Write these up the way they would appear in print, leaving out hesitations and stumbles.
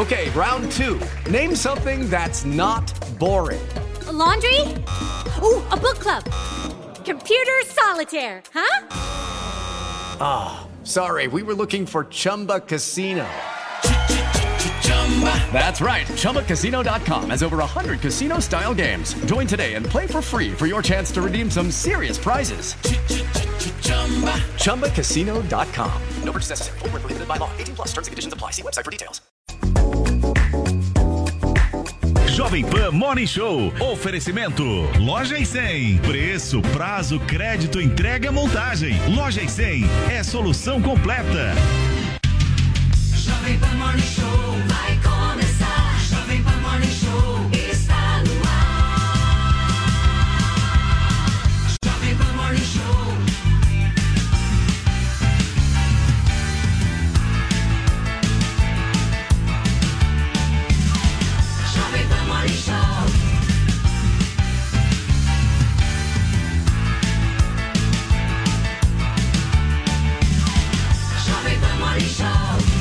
Okay, round 2. Name something that's not boring. A laundry? Ooh, a book club. Computer solitaire, huh? Ah, sorry, we were looking for Chumba Casino. That's right, ChumbaCasino.com has over 100 casino-style games. Join today and play for free for your chance to redeem some serious prizes. ChumbaCasino.com. No purchase necessary. Void where prohibited by law. 18+ terms and conditions apply. See website for details. Jovem Pan Morning Show. Oferecimento. Loja e 100. Preço, prazo, crédito, entrega, montagem. Loja e 100 é solução completa. Jovem Pan Morning Show vai começar. Jovem Pan Morning Show está no ar. Jovem Pan Morning Show. Jovem Pan Morning Show. Jovem Pan Morning Show.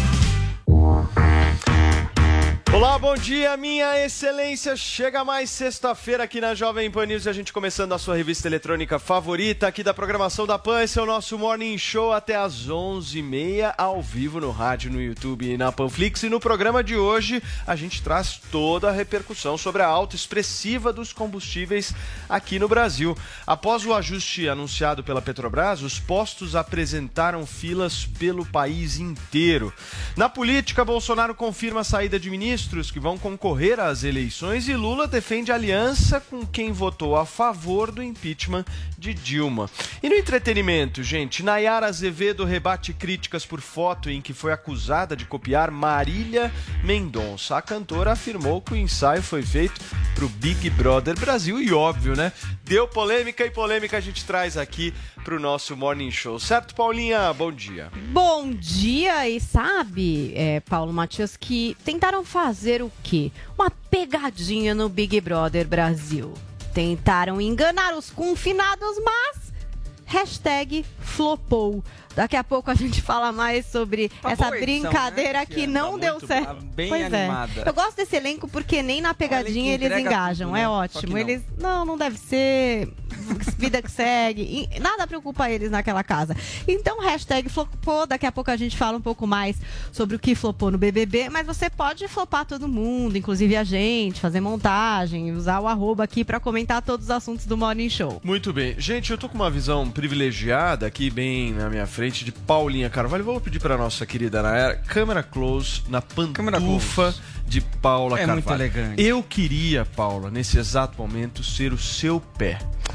Olá, bom dia, minha excelência. Chega mais sexta-feira aqui na Jovem Pan News e a gente começando a sua revista eletrônica favorita aqui da programação da Pan. Esse é o nosso Morning Show até às 11h30, ao vivo no rádio, no YouTube e na Panflix. E no programa de hoje a gente traz toda a repercussão sobre a alta expressiva dos combustíveis aqui no Brasil. Após o ajuste anunciado pela Petrobras, os postos apresentaram filas pelo país inteiro. Na política, Bolsonaro confirma a saída de ministros que vão concorrer às eleições e Lula defende aliança com quem votou a favor do impeachment de Dilma. E no entretenimento, gente, Nayara Azevedo rebate críticas por foto em que foi acusada de copiar Marília Mendonça. A cantora afirmou que o ensaio foi feito pro Big Brother Brasil e óbvio, né? Deu polêmica e polêmica a gente traz aqui pro nosso Morning Show. Certo, Paulinha? Bom dia. Bom dia, e sabe, Paulo Matias, que tentaram fazer o quê? Uma pegadinha no Big Brother Brasil. Tentaram enganar os confinados, mas hashtag flopou. Daqui a pouco a gente fala mais sobre essa brincadeira, né? Que não deu certo. Bem pois animada. É. Eu gosto desse elenco porque nem na pegadinha eles engajam. Tudo, né? É ótimo. Eles não deve ser. Vida que segue. Nada preocupa eles naquela casa. Então, hashtag flopou. Daqui a pouco a gente fala um pouco mais sobre o que flopou no BBB. Mas você pode flopar todo mundo, inclusive a gente, fazer montagem, usar o @, aqui para comentar todos os assuntos do Morning Show. Muito bem. Gente, eu tô com uma visão privilegiada aqui, bem na minha frente, de Paulinha Carvalho. Vou pedir para nossa querida Nayara, câmera close na pantufa de Paula Carvalho. Muito elegante. Eu queria, Paula, nesse exato momento, ser o seu pé.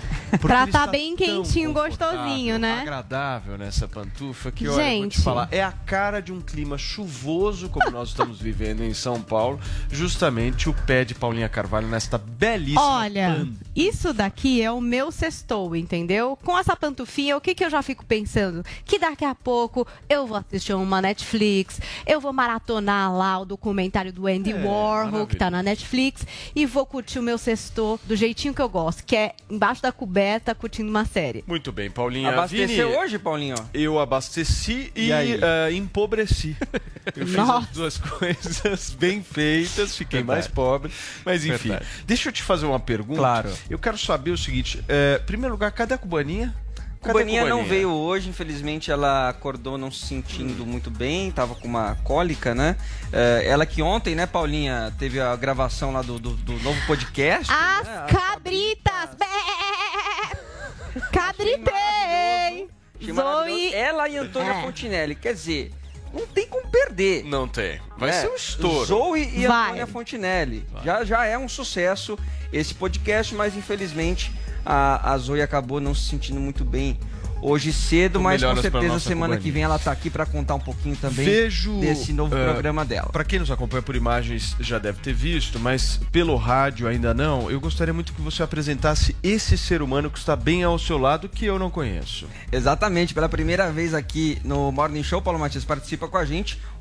Pra tá bem quentinho, gostosinho, né? Agradável nessa pantufa que, olha, eu vou te falar, é a cara de um clima chuvoso como nós estamos vivendo em São Paulo, justamente o pé de Paulinha Carvalho nesta belíssima Olha, isso daqui é o meu sextou, entendeu? Com essa pantufinha, o que eu já fico pensando? Que daqui a pouco eu vou assistir uma Netflix, eu vou maratonar lá o documentário do Andy Warhol, que tá na Netflix, e vou curtir o meu sextou do jeitinho que eu gosto, que é embaixo da coberta, curtindo uma série. Muito bem, Paulinha. Abasteceu hoje, Paulinho? Eu abasteci e empobreci. Eu fiz as duas coisas bem feitas, fiquei mais pobre. Mas enfim, deixa eu te fazer uma pergunta. Claro. Eu quero saber o seguinte, em primeiro lugar, cadê a Cubaninha? Cubaninha não veio hoje, infelizmente ela acordou não se sentindo muito bem, tava com uma cólica, né? Ela que ontem, né, Paulinha, teve a gravação lá do novo podcast. As né? cabritas! Cabritei! Zoe! Ela e Antônia Fontinelli, quer dizer, não tem como perder. Não tem. Vai ser um estouro. Zoe e Antônia Fontinelli. Já é um sucesso esse podcast, mas infelizmente a Zoe acabou não se sentindo muito bem hoje cedo, mas com certeza semana que vem ela tá aqui para contar um pouquinho também desse novo programa dela. Para quem nos acompanha por imagens já deve ter visto, mas pelo rádio ainda não, eu gostaria muito que você apresentasse esse ser humano que está bem ao seu lado, que eu não conheço. Exatamente, pela primeira vez aqui no Morning Show, Paulo Matias participa com a gente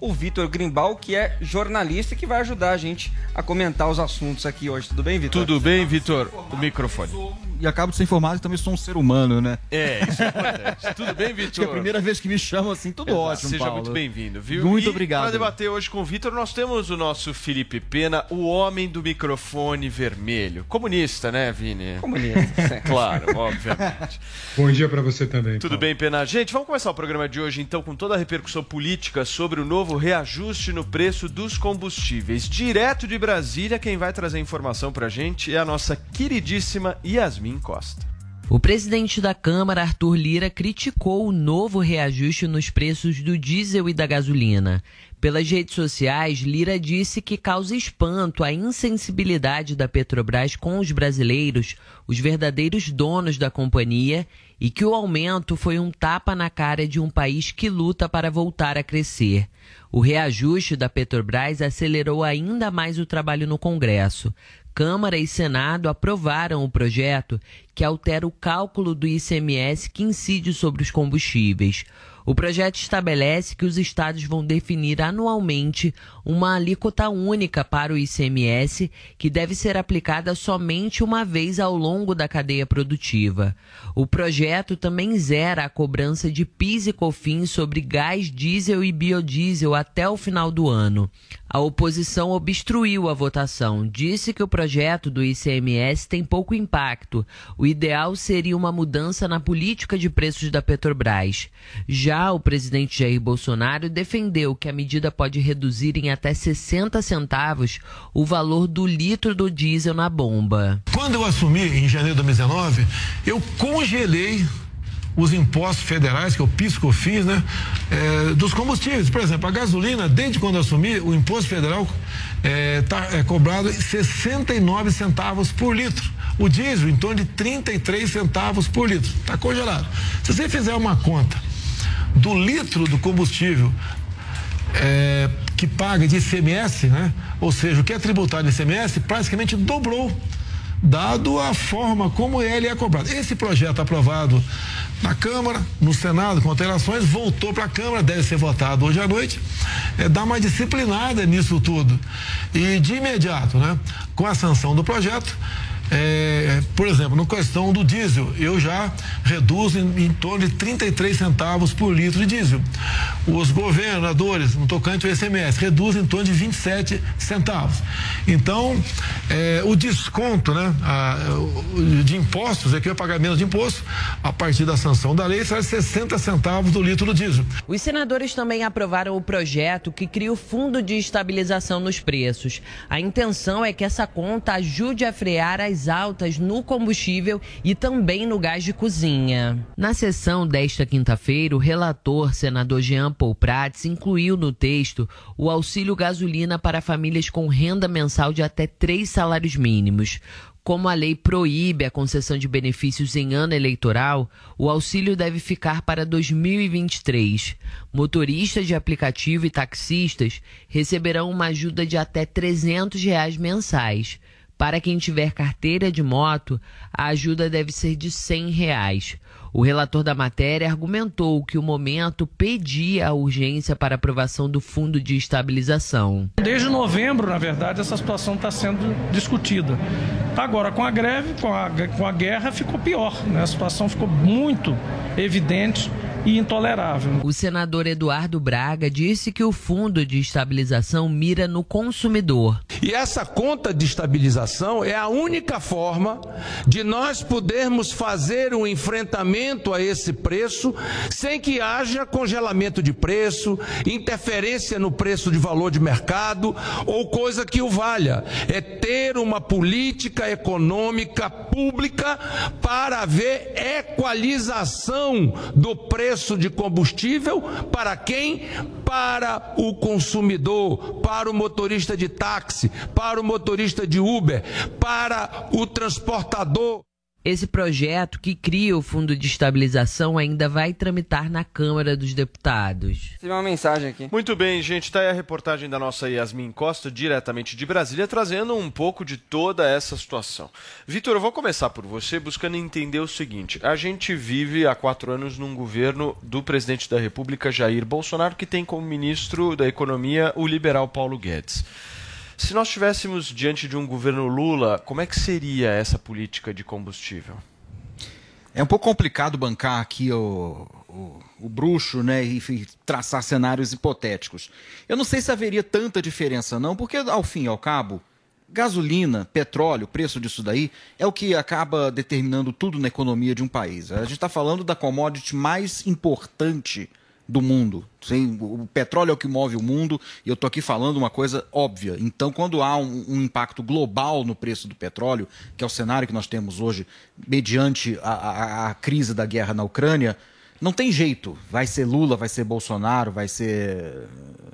o Vitor Grimbal, que é jornalista e que vai ajudar a gente a comentar os assuntos aqui hoje. Tudo bem, Vitor? Tudo bem, Vitor? O microfone. E acabo de ser informado que também sou um ser humano, né? Isso é importante. Tudo bem, Vitor? Acho que é a primeira vez que me chamam assim, tudo ótimo, Seja Paulo. muito bem-vindo, viu? Muito obrigado. Para debater hoje com o Vitor, nós temos o nosso Felipe Pena, o homem do microfone vermelho. Comunista, né, Vini? Comunista. Claro, obviamente. Bom dia para você também. Tudo bem, Pena? Gente, vamos começar o programa de hoje, então, com toda a repercussão política sobre o novo reajuste no preço dos combustíveis. Direto de Brasília, quem vai trazer informação pra gente é a nossa queridíssima Yasmin Costa. O presidente da Câmara, Arthur Lira, criticou o novo reajuste nos preços do diesel e da gasolina. Pelas redes sociais, Lira disse que causa espanto a insensibilidade da Petrobras com os brasileiros, os verdadeiros donos da companhia, e que o aumento foi um tapa na cara de um país que luta para voltar a crescer. O reajuste da Petrobras acelerou ainda mais o trabalho no Congresso. Câmara e Senado aprovaram o projeto que altera o cálculo do ICMS que incide sobre os combustíveis. O projeto estabelece que os estados vão definir anualmente uma alíquota única para o ICMS, que deve ser aplicada somente uma vez ao longo da cadeia produtiva. O projeto também zera a cobrança de PIS e COFINS sobre gás diesel e biodiesel até o final do ano. A oposição obstruiu a votação, disse que o projeto do ICMS tem pouco impacto. O ideal seria uma mudança na política de preços da Petrobras. Já o presidente Jair Bolsonaro defendeu que a medida pode reduzir em até 60 centavos o valor do litro do diesel na bomba. Quando eu assumi em janeiro de 2019, eu congelei os impostos federais, que é o PIS, COFINS, né, dos combustíveis. Por exemplo, a gasolina, desde quando eu assumi, o imposto federal é cobrado 69 centavos por litro. O diesel, em torno de 33 centavos por litro. Está congelado. Se você fizer uma conta do litro do combustível que paga de ICMS, né, ou seja, o que é tributado de ICMS, praticamente dobrou, dado a forma como ele é cobrado. Esse projeto aprovado na Câmara, no Senado, com alterações, voltou para a Câmara, deve ser votado hoje à noite, dá uma disciplinada nisso tudo. E de imediato, né, com a sanção do projeto, por exemplo, na questão do diesel, eu já reduzo em torno de 33 centavos por litro de diesel. Os governadores, no tocante ao ICMS, reduzem em torno de 27 centavos. Então, o desconto, né, de impostos, que vai pagar menos de imposto, a partir da sanção da lei, será de 60 centavos do litro do diesel. Os senadores também aprovaram o projeto que cria o Fundo de Estabilização nos Preços. A intenção é que essa conta ajude a frear as altas no combustível e também no gás de cozinha. Na sessão desta quinta-feira, o relator, senador Jean Paul Prats, incluiu no texto o auxílio gasolina para famílias com renda mensal de até 3 salários mínimos. Como a lei proíbe a concessão de benefícios em ano eleitoral, o auxílio deve ficar para 2023. Motoristas de aplicativo e taxistas receberão uma ajuda de até R$ 300 mensais. Para quem tiver carteira de moto, a ajuda deve ser de R$ 100. O relator da matéria argumentou que o momento pedia a urgência para aprovação do Fundo de Estabilização. Desde novembro, na verdade, essa situação está sendo discutida. Agora, com a greve, com a guerra, ficou pior, né? A situação ficou muito evidente e intolerável. O senador Eduardo Braga disse que o Fundo de Estabilização mira no consumidor. E essa conta de estabilização é a única forma de nós podermos fazer um enfrentamento a esse preço sem que haja congelamento de preço, interferência no preço de valor de mercado ou coisa que o valha. É ter uma política econômica pública para haver equalização do preço de combustível para quem? Para o consumidor, para o motorista de táxi, para o motorista de Uber, para o transportador. Esse projeto, que cria o Fundo de Estabilização, ainda vai tramitar na Câmara dos Deputados. Tem uma mensagem aqui. Muito bem, gente. Está aí a reportagem da nossa Yasmin Costa, diretamente de Brasília, trazendo um pouco de toda essa situação. Vitor, eu vou começar por você, buscando entender o seguinte. A gente vive há 4 anos num governo do presidente da República, Jair Bolsonaro, que tem como ministro da Economia o liberal Paulo Guedes. Se nós estivéssemos diante de um governo Lula, como é que seria essa política de combustível? É um pouco complicado bancar aqui o bruxo, né, e traçar cenários hipotéticos. Eu não sei se haveria tanta diferença não, porque ao fim e ao cabo, gasolina, petróleo, o preço disso daí é o que acaba determinando tudo na economia de um país. A gente está falando da commodity mais importante do mundo. O petróleo é o que move o mundo e eu estou aqui falando uma coisa óbvia. Então, quando há um impacto global no preço do petróleo, que é o cenário que nós temos hoje, mediante a crise da guerra na Ucrânia, não tem jeito. Vai ser Lula, vai ser Bolsonaro, vai ser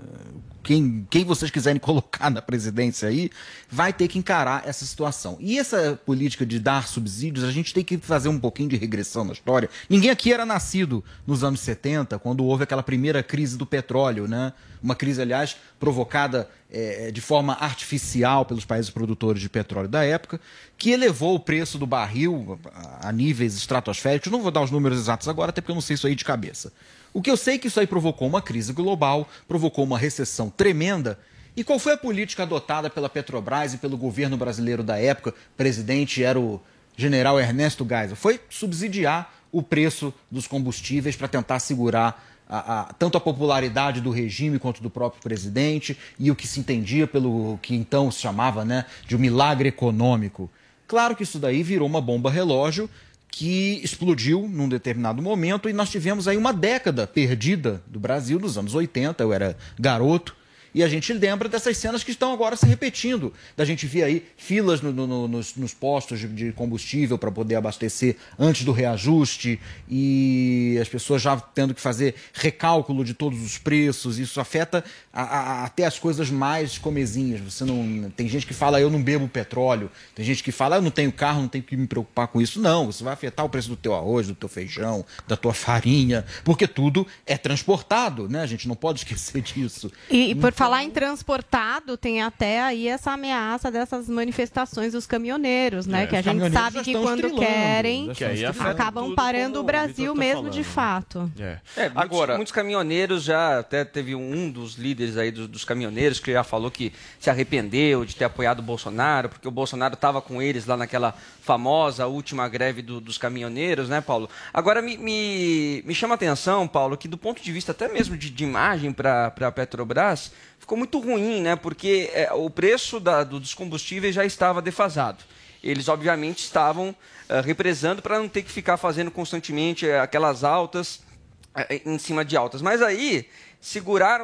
quem vocês quiserem colocar na presidência aí, vai ter que encarar essa situação. E essa política de dar subsídios, a gente tem que fazer um pouquinho de regressão na história. Ninguém aqui era nascido nos anos 70, quando houve aquela primeira crise do petróleo, né? Uma crise, aliás, provocada de forma artificial pelos países produtores de petróleo da época, que elevou o preço do barril a níveis estratosféricos. Não vou dar os números exatos agora, até porque eu não sei isso aí de cabeça. O que eu sei é que isso aí provocou uma crise global, provocou uma recessão tremenda. E qual foi a política adotada pela Petrobras e pelo governo brasileiro da época? O presidente era o general Ernesto Geisel. Foi subsidiar o preço dos combustíveis para tentar segurar tanto a popularidade do regime quanto do próprio presidente e o que se entendia pelo que então se chamava, né, de um milagre econômico. Claro que isso daí virou uma bomba relógio que explodiu num determinado momento e nós tivemos aí uma década perdida do Brasil, nos anos 80, eu era garoto, e a gente lembra dessas cenas que estão agora se repetindo, da gente ver aí filas nos postos de combustível para poder abastecer antes do reajuste e as pessoas já tendo que fazer recálculo de todos os preços. Isso afeta até as coisas mais comezinhas. Tem gente que fala, eu não bebo petróleo, tem gente que fala, eu não tenho carro, não tenho que me preocupar com isso. Não, isso vai afetar o preço do teu arroz, do teu feijão, da tua farinha, porque tudo é transportado, né? A gente não pode esquecer disso. E por falar em transportado, tem até aí essa ameaça dessas manifestações dos caminhoneiros, né? Que a gente sabe que quando querem, acabam parando o Brasil mesmo de fato. Agora, muitos caminhoneiros já, até teve um dos líderes aí dos caminhoneiros que já falou que se arrependeu de ter apoiado o Bolsonaro, porque o Bolsonaro estava com eles lá naquela famosa última greve dos caminhoneiros, né, Paulo? Agora, me chama a atenção, Paulo, que do ponto de vista até mesmo de imagem para a Petrobras, ficou muito ruim, né? Porque o preço dos combustíveis já estava defasado. Eles, obviamente, estavam represando para não ter que ficar fazendo constantemente aquelas altas em cima de altas. Mas aí, seguraram,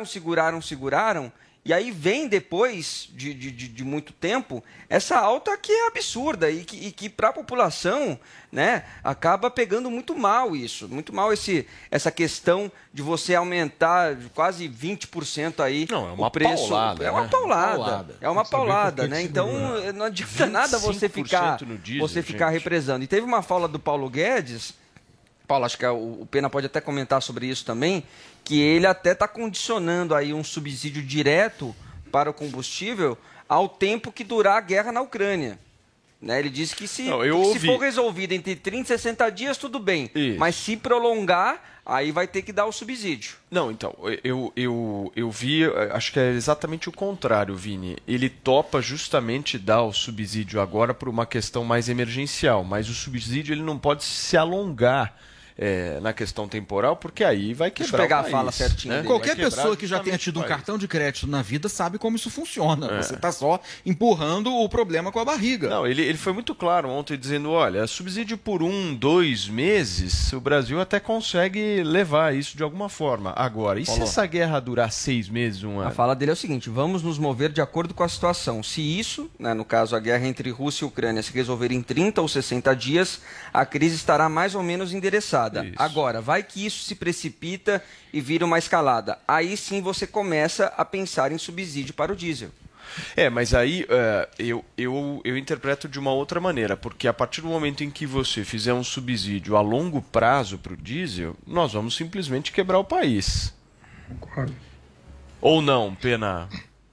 e aí vem depois de muito tempo essa alta que é absurda e que para a população, né, acaba pegando muito mal isso. Muito mal essa questão de você aumentar de quase 20% aí o preço. Paulada, é uma né? paulada. É uma paulada, né? Então não adianta nada você ficar represando. E teve uma fala do Paulo Guedes, Paulo, acho que o Pena pode até comentar sobre isso também, que ele até está condicionando aí um subsídio direto para o combustível ao tempo que durar a guerra na Ucrânia. Né? Ele disse que se for resolvido entre 30 e 60 dias, tudo bem. Isso. Mas se prolongar, aí vai ter que dar o subsídio. Não, então, eu vi, acho que é exatamente o contrário, Vini. Ele topa justamente dar o subsídio agora por uma questão mais emergencial, mas o subsídio ele não pode se alongar na questão temporal, porque aí vai quebrar. Deixa eu pegar a fala certinho. Né? Qualquer pessoa que já tenha tido um cartão de crédito na vida sabe como isso funciona. Você está só empurrando o problema com a barriga. Não, ele foi muito claro ontem dizendo, olha, subsídio por 1-2 meses, o Brasil até consegue levar isso de alguma forma. Agora, e se essa guerra durar 6 meses, 1 ano? A fala dele é o seguinte, vamos nos mover de acordo com a situação. Se isso, né, no caso a guerra entre Rússia e Ucrânia, se resolver em 30 ou 60 dias, a crise estará mais ou menos endereçada. Isso. Agora, vai que isso se precipita e vira uma escalada. Aí sim você começa a pensar em subsídio para o diesel. Mas aí eu interpreto de uma outra maneira, porque a partir do momento em que você fizer um subsídio a longo prazo para o diesel, nós vamos simplesmente quebrar o país. Concordo. Ou não, Pena?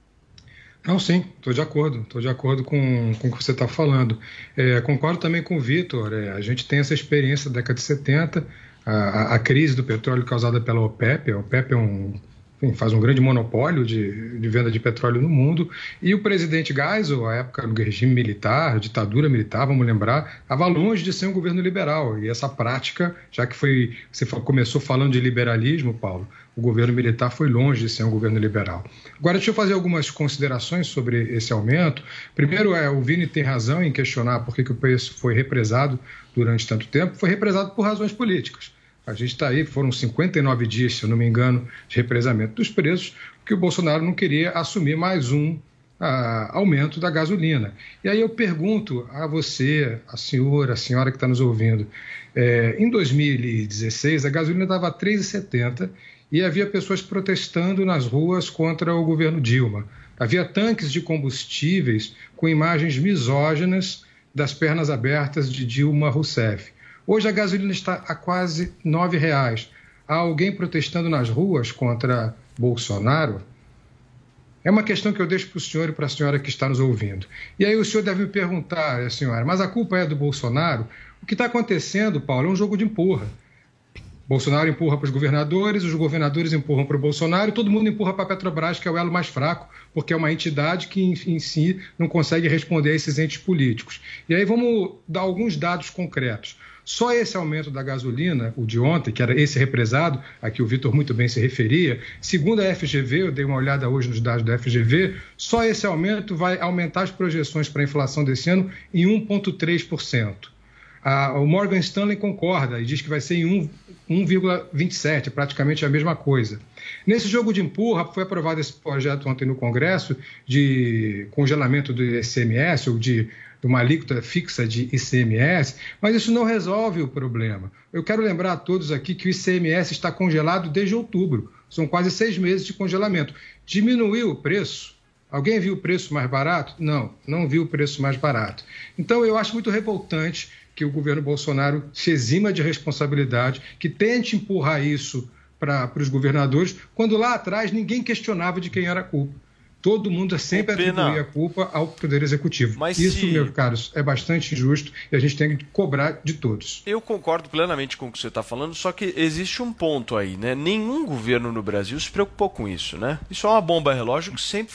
Não, sim, estou de acordo com o que você está falando. Concordo também com o Vitor, a gente tem essa experiência da década de 70, a crise do petróleo causada pela OPEP. A OPEP faz um grande monopólio de venda de petróleo no mundo, e o presidente Geisel, à época do regime militar, ditadura militar, vamos lembrar, estava longe de ser um governo liberal, e essa prática, já que você começou falando de liberalismo, Paulo, o governo militar foi longe de ser um governo liberal. Agora, deixa eu fazer algumas considerações sobre esse aumento. Primeiro, o Vini tem razão em questionar por que o preço foi represado durante tanto tempo. Foi represado por razões políticas. A gente está aí, foram 59 dias, se eu não me engano, de represamento dos preços, porque o Bolsonaro não queria assumir mais um aumento da gasolina. E aí eu pergunto a você, a senhora que está nos ouvindo, em 2016 a gasolina estava a R$ 3,70 e havia pessoas protestando nas ruas contra o governo Dilma. Havia tanques de combustíveis com imagens misóginas das pernas abertas de Dilma Rousseff. Hoje a gasolina está a quase R$ 9,00. Há alguém protestando nas ruas contra Bolsonaro? É uma questão que eu deixo para o senhor e para a senhora que está nos ouvindo. E aí o senhor deve me perguntar, senhora, mas a culpa é do Bolsonaro? O que está acontecendo, Paulo, é um jogo de empurra. Bolsonaro empurra para os governadores empurram para o Bolsonaro, e todo mundo empurra para a Petrobras, que é o elo mais fraco, porque é uma entidade que em si não consegue responder a esses entes políticos. E aí vamos dar alguns dados concretos. Só esse aumento da gasolina, o de ontem, que era esse represado, a que o Vitor muito bem se referia, segundo a FGV, eu dei uma olhada hoje nos dados da FGV, só esse aumento vai aumentar as projeções para a inflação desse ano em 1,3%. O Morgan Stanley concorda e diz que vai ser em 1,27%, praticamente a mesma coisa. Nesse jogo de empurra, foi aprovado esse projeto ontem no Congresso de congelamento do ICMS, ou de uma alíquota fixa de ICMS, mas isso não resolve o problema. Eu quero lembrar a todos aqui que o ICMS está congelado desde outubro. São quase 6 meses de congelamento. Diminuiu o preço? Alguém viu o preço mais barato? Não viu o preço mais barato. Então, eu acho muito revoltante que o governo Bolsonaro se exima de responsabilidade, que tente empurrar isso para os governadores, quando lá atrás ninguém questionava de quem era a culpa. Todo mundo sempre atribuía a culpa ao Poder Executivo. Mas isso, meus caros, é bastante injusto e a gente tem que cobrar de todos. Eu concordo plenamente com o que você está falando, só que existe um ponto aí, né? Nenhum governo no Brasil se preocupou com isso, né? Isso é uma bomba relógio que sempre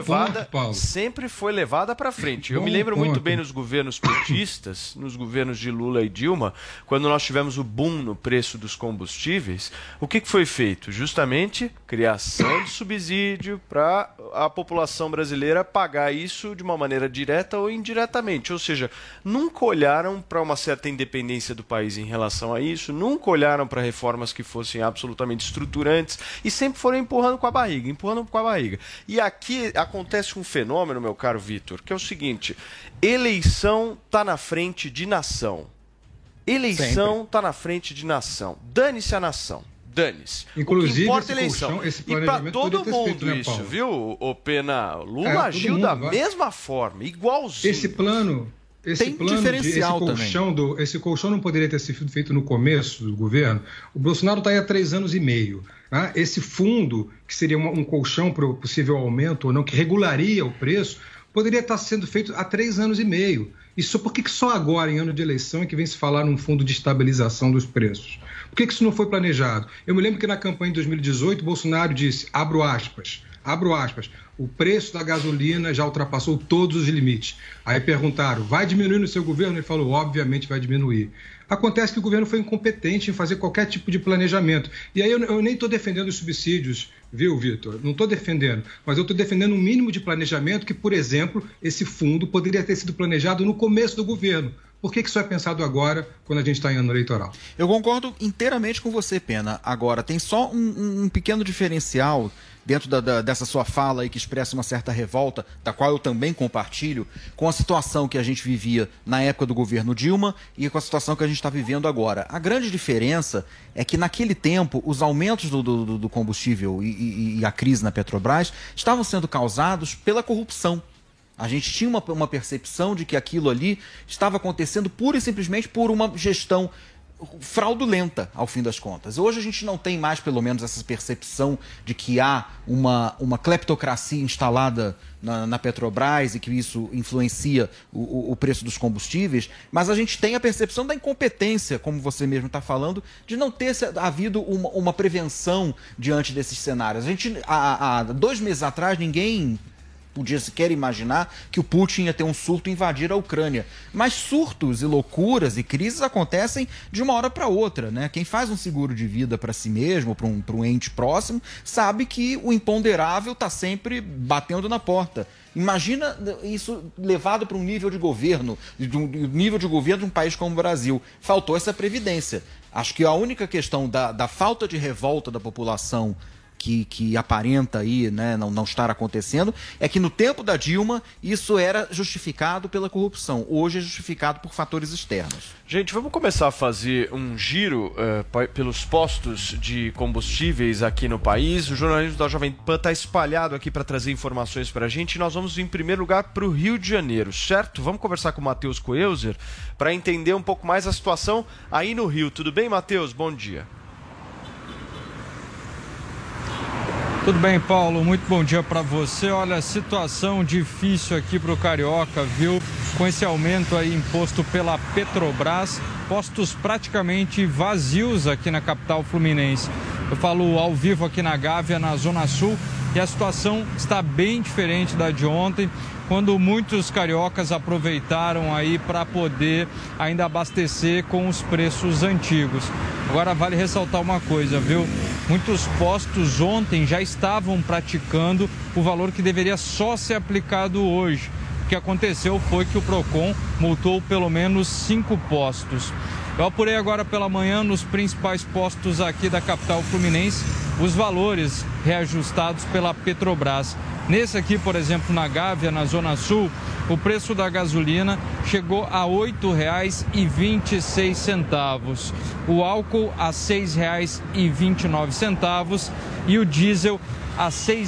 foi levada para frente. Eu me lembro muito bem nos governos petistas, nos governos de Lula e Dilma, quando nós tivemos o boom no preço dos combustíveis, o que foi feito? Justamente criação de subsídio para a população brasileira pagar isso de uma maneira direta ou indiretamente. Ou seja, nunca olharam para uma certa independência do país em relação a isso, nunca olharam para reformas que fossem absolutamente estruturantes e sempre foram empurrando com a barriga. E aqui acontece um fenômeno, meu caro Vitor, que é o seguinte: eleição está na frente de nação. Dane-se a nação. Dane-se. Inclusive, o que importa é a eleição. E para todo mundo feito, isso, viu, o Pena? Lula agiu da mesma forma, igualzinho. Esse plano diferencial também. Esse colchão não poderia ter sido feito no começo do governo. O Bolsonaro está aí há 3 anos e meio. Né? Esse fundo, que seria um colchão para o possível aumento ou não, que regularia o preço, poderia estar sendo feito há 3 anos e meio. Isso por que só agora, em ano de eleição, é que vem se falar num fundo de estabilização dos preços? Por que isso não foi planejado? Eu me lembro que na campanha de 2018, Bolsonaro disse, abro aspas, o preço da gasolina já ultrapassou todos os limites. Aí perguntaram, vai diminuir no seu governo? Ele falou, obviamente vai diminuir. Acontece que o governo foi incompetente em fazer qualquer tipo de planejamento. E aí eu nem estou defendendo os subsídios, viu, Vitor? Não estou defendendo, mas eu estou defendendo um mínimo de planejamento que, por exemplo, esse fundo poderia ter sido planejado no começo do governo. Por que isso é pensado agora, quando a gente está em ano eleitoral? Eu concordo inteiramente com você, Pena. Agora, tem só um pequeno diferencial dentro dessa sua fala aí que expressa uma certa revolta, da qual eu também compartilho, com a situação que a gente vivia na época do governo Dilma e com a situação que a gente está vivendo agora. A grande diferença é que naquele tempo os aumentos do combustível e a crise na Petrobras estavam sendo causados pela corrupção. A gente tinha uma percepção de que aquilo ali estava acontecendo pura e simplesmente por uma gestão fraudulenta, ao fim das contas. Hoje a gente não tem mais, pelo menos, essa percepção de que há uma cleptocracia instalada na Petrobras e que isso influencia o preço dos combustíveis, mas a gente tem a percepção da incompetência, como você mesmo está falando, de não ter havido uma prevenção diante desses cenários. Há 2 meses atrás, ninguém podia sequer imaginar que o Putin ia ter um surto e invadir a Ucrânia. Mas surtos e loucuras e crises acontecem de uma hora para outra, né? Quem faz um seguro de vida para si mesmo, para um ente próximo, sabe que o imponderável está sempre batendo na porta. Imagina isso levado para um nível de governo, de um país como o Brasil. Faltou essa previdência. Acho que a única questão da falta de revolta da população que aparenta aí, né, não estar acontecendo, é que no tempo da Dilma isso era justificado pela corrupção. Hoje é justificado por fatores externos. Gente, vamos começar a fazer um giro pelos postos de combustíveis aqui no país. O jornalismo da Jovem Pan está espalhado aqui para trazer informações para a gente. Nós vamos, em primeiro lugar, para o Rio de Janeiro, certo? Vamos conversar com o Matheus Coelzer para entender um pouco mais a situação aí no Rio. Tudo bem, Matheus? Bom dia. Tudo bem, Paulo? Muito bom dia para você. Olha, situação difícil aqui para o Carioca, viu? Com esse aumento aí imposto pela Petrobras, postos praticamente vazios aqui na capital fluminense. Eu falo ao vivo aqui na Gávea, na Zona Sul, e a situação está bem diferente da de ontem, quando muitos cariocas aproveitaram aí para poder ainda abastecer com os preços antigos. Agora vale ressaltar uma coisa, viu? Muitos postos ontem já estavam praticando o valor que deveria só ser aplicado hoje. O que aconteceu foi que o Procon multou pelo menos 5 postos. Eu apurei agora pela manhã nos principais postos aqui da capital fluminense os valores reajustados pela Petrobras. Nesse aqui, por exemplo, na Gávea, na Zona Sul, o preço da gasolina chegou a R$ 8,26. O álcool a R$ 6,29 e o diesel a R$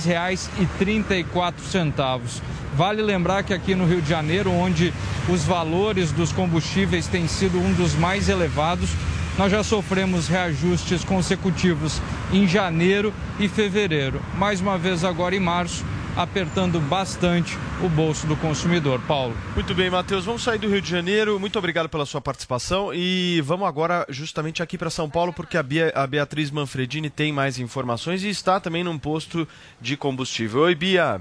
6,34. Vale lembrar que aqui no Rio de Janeiro, onde os valores dos combustíveis têm sido um dos mais elevados, nós já sofremos reajustes consecutivos em janeiro e fevereiro. Mais uma vez agora em março, apertando bastante o bolso do consumidor. Paulo. Muito bem, Matheus. Vamos sair do Rio de Janeiro. Muito obrigado pela sua participação e vamos agora justamente aqui para São Paulo, porque a Beatriz Manfredini tem mais informações e está também num posto de combustível. Oi, Bia.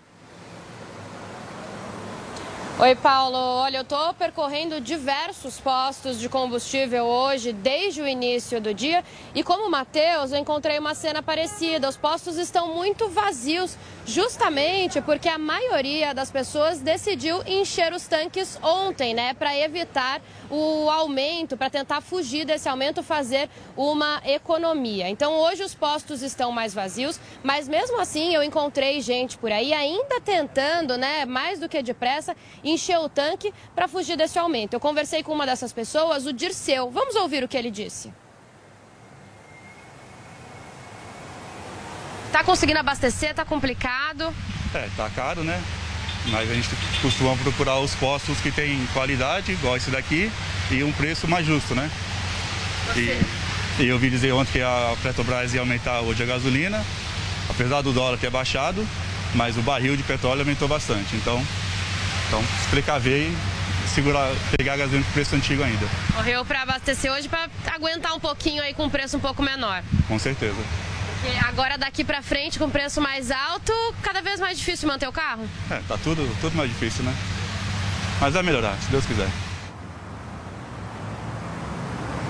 Oi, Paulo. Olha, eu estou percorrendo diversos postos de combustível hoje, desde o início do dia. E como o Matheus, eu encontrei uma cena parecida. Os postos estão muito vazios, justamente porque a maioria das pessoas decidiu encher os tanques ontem, né? Para evitar o aumento, para tentar fugir desse aumento, fazer uma economia. Então, hoje os postos estão mais vazios, mas mesmo assim eu encontrei gente por aí ainda tentando, né, mais do que depressa, encher o tanque para fugir desse aumento. Eu conversei com uma dessas pessoas, o Dirceu. Vamos ouvir o que ele disse. Tá conseguindo abastecer? Tá complicado? Tá caro, né? Mas a gente costuma procurar os postos que tem qualidade, igual esse daqui, e um preço mais justo, né? E eu ouvi dizer ontem que a Petrobras ia aumentar hoje a gasolina, apesar do dólar ter baixado, mas o barril de petróleo aumentou bastante. Então se precaver e pegar a gasolina com preço antigo ainda. Correu para abastecer hoje para aguentar um pouquinho aí com um preço um pouco menor. Com certeza. Porque agora daqui para frente com preço mais alto, cada vez mais difícil manter o carro? Tá tudo mais difícil, né? Mas vai melhorar, se Deus quiser.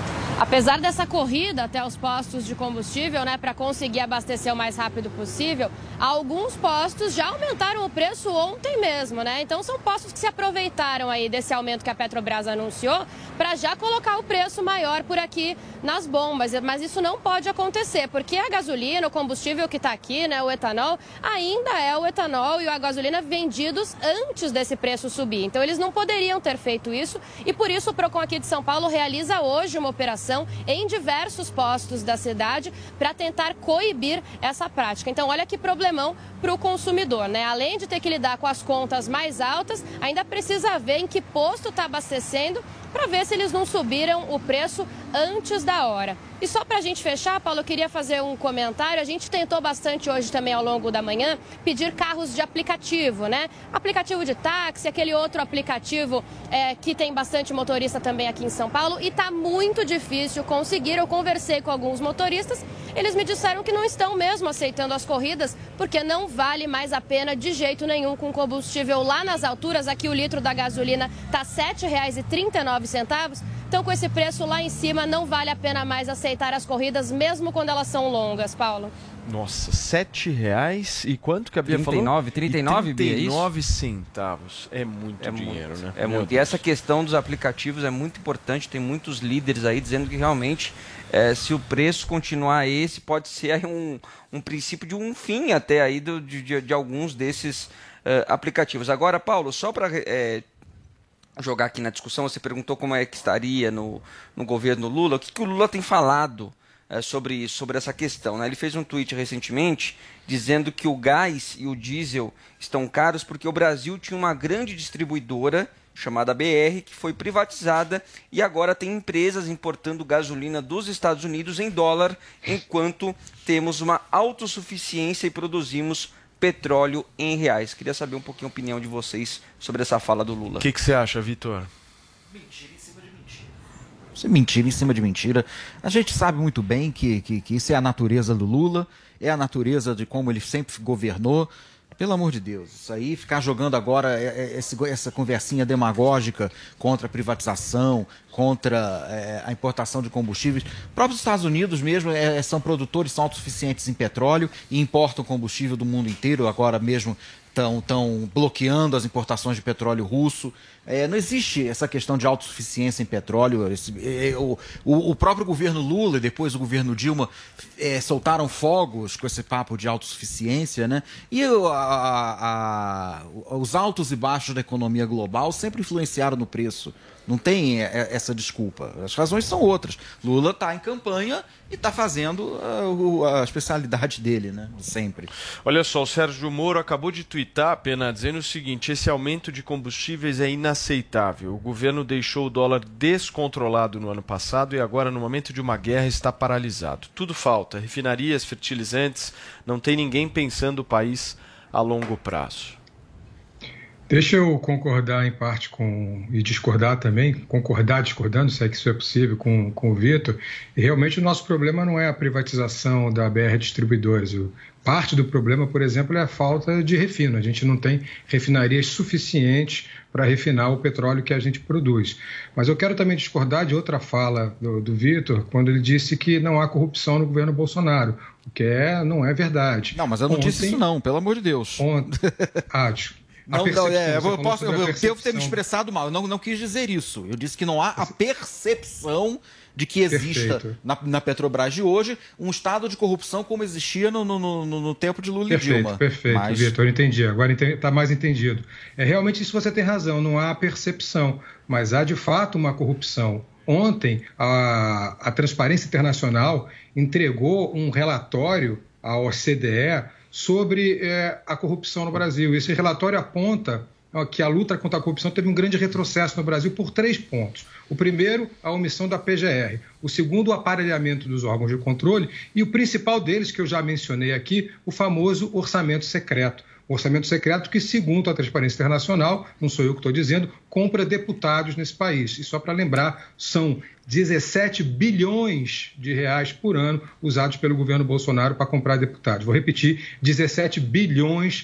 Apesar dessa corrida até os postos de combustível, né, para conseguir abastecer o mais rápido possível, alguns postos já aumentaram o preço ontem mesmo, né? Então são postos que se aproveitaram aí desse aumento que a Petrobras anunciou para já colocar o preço maior por aqui nas bombas. Mas isso não pode acontecer, porque a gasolina, o combustível que está aqui, né, o etanol, ainda é o etanol e a gasolina vendidos antes desse preço subir. Então eles não poderiam ter feito isso e por isso o Procon aqui de São Paulo realiza hoje uma operação em diversos postos da cidade para tentar coibir essa prática. Então, olha que problemão para o consumidor, né? Além de ter que lidar com as contas mais altas, ainda precisa ver em que posto está abastecendo para ver se eles não subiram o preço antes da hora. E só para a gente fechar, Paulo, eu queria fazer um comentário. A gente tentou bastante hoje também ao longo da manhã pedir carros de aplicativo, né? Aplicativo de táxi, aquele outro aplicativo que tem bastante motorista também aqui em São Paulo e está muito difícil conseguir. Eu conversei com alguns motoristas, eles me disseram que não estão mesmo aceitando as corridas porque não vale mais a pena de jeito nenhum com combustível lá nas alturas. Aqui o litro da gasolina está R$ 7,39. Então, com esse preço lá em cima, não vale a pena mais aceitar as corridas, mesmo quando elas são longas, Paulo. Nossa, R$7 e quanto que a Bia falou? 39, Bia, 39 centavos. É muito dinheiro, né? É muito. E essa questão dos aplicativos é muito importante. Tem muitos líderes aí dizendo que realmente, se o preço continuar esse, pode ser aí um princípio de um fim até aí de alguns desses aplicativos. Agora, Paulo, só para jogar aqui na discussão, você perguntou como é que estaria no governo Lula. O que o Lula tem falado sobre essa questão, né? Ele fez um tweet recentemente dizendo que o gás e o diesel estão caros porque o Brasil tinha uma grande distribuidora chamada BR que foi privatizada e agora tem empresas importando gasolina dos Estados Unidos em dólar, enquanto temos uma autossuficiência e produzimos petróleo em reais. Queria saber um pouquinho a opinião de vocês sobre essa fala do Lula. O que você acha, Vitor? Mentira em cima de mentira. Isso é mentira em cima de mentira. A gente sabe muito bem que isso é a natureza do Lula, é a natureza de como ele sempre governou. Pelo amor de Deus, isso aí, ficar jogando agora essa conversinha demagógica contra a privatização, contra a importação de combustíveis. Os próprios Estados Unidos mesmo são produtores, são autossuficientes em petróleo e importam combustível do mundo inteiro, agora mesmo estão bloqueando as importações de petróleo russo. Não existe essa questão de autossuficiência em petróleo. O próprio governo Lula e depois o governo Dilma soltaram fogos com esse papo de autossuficiência, né? E os altos e baixos da economia global sempre influenciaram no preço. Não tem essa desculpa. As razões são outras. Lula está em campanha e está fazendo a especialidade dele, né? Sempre. Olha só, o Sérgio Moro acabou de tuitar, Pena, dizendo o seguinte: esse aumento de combustíveis é inaceitável. O governo deixou o dólar descontrolado no ano passado e agora, no momento de uma guerra, está paralisado. Tudo falta. Refinarias, fertilizantes, não tem ninguém pensando o país a longo prazo. Deixa eu concordar em parte e discordar também, discordando, se é que isso é possível, com o Vitor. E realmente o nosso problema não é a privatização da BR Distribuidores. Parte do problema, por exemplo, é a falta de refino. A gente não tem refinarias suficientes para refinar o petróleo que a gente produz. Mas eu quero também discordar de outra fala do Vitor, quando ele disse que não há corrupção no governo Bolsonaro, o que não é verdade. Não, mas eu não disse isso não, pelo amor de Deus. Eu devo ter me expressado mal. Eu não quis dizer isso. Eu disse que não há a percepção de que exista na Petrobras de hoje um estado de corrupção como existia no tempo de Lula e Dilma. Perfeito, Vitor, entendi. Agora está mais entendido. Realmente isso você tem razão, não há a percepção, mas há de fato uma corrupção. Ontem, a Transparência Internacional entregou um relatório à OCDE sobre a corrupção no Brasil. Esse relatório aponta que a luta contra a corrupção teve um grande retrocesso no Brasil por 3 pontos. O primeiro, a omissão da PGR. O segundo, o aparelhamento dos órgãos de controle. E o principal deles, que eu já mencionei aqui, o famoso orçamento secreto. O orçamento secreto que, segundo a Transparência Internacional, não sou eu que estou dizendo, compra deputados nesse país. E só para lembrar, são 17 bilhões de reais por ano usados pelo governo Bolsonaro para comprar deputados. Vou repetir, 17 bilhões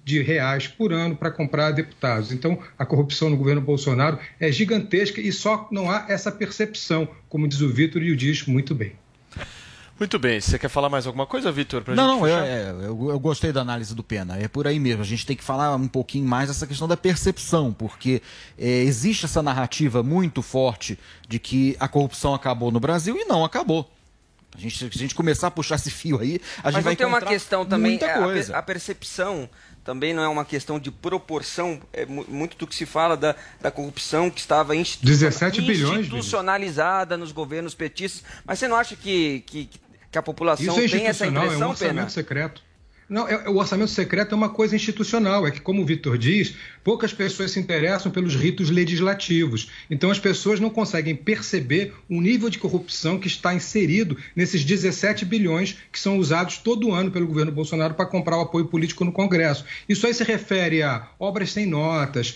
de reais por ano para comprar deputados. Então, a corrupção no governo Bolsonaro é gigantesca e só não há essa percepção, como diz o Vitor e o diz muito bem. Muito bem. Você quer falar mais alguma coisa, Vitor? Eu gostei da análise do Pena. É por aí mesmo. A gente tem que falar um pouquinho mais dessa questão da percepção, porque existe essa narrativa muito forte de que a corrupção acabou no Brasil e não acabou. Se a gente começar a puxar esse fio aí, a gente vai encontrar muita coisa. Mas não tem uma questão também, a percepção também não é uma questão de proporção, é muito do que se fala da corrupção que estava 17 bilhões, institucionalizada nos governos petistas. Mas você não acha que a população tem essa impressão, é um orçamento secreto. Não, o orçamento secreto é uma coisa institucional, é que, como o Vitor diz, poucas pessoas se interessam pelos ritos legislativos. Então as pessoas não conseguem perceber o nível de corrupção que está inserido nesses 17 bilhões que são usados todo ano pelo governo Bolsonaro para comprar o apoio político no Congresso. Isso aí se refere a obras sem notas,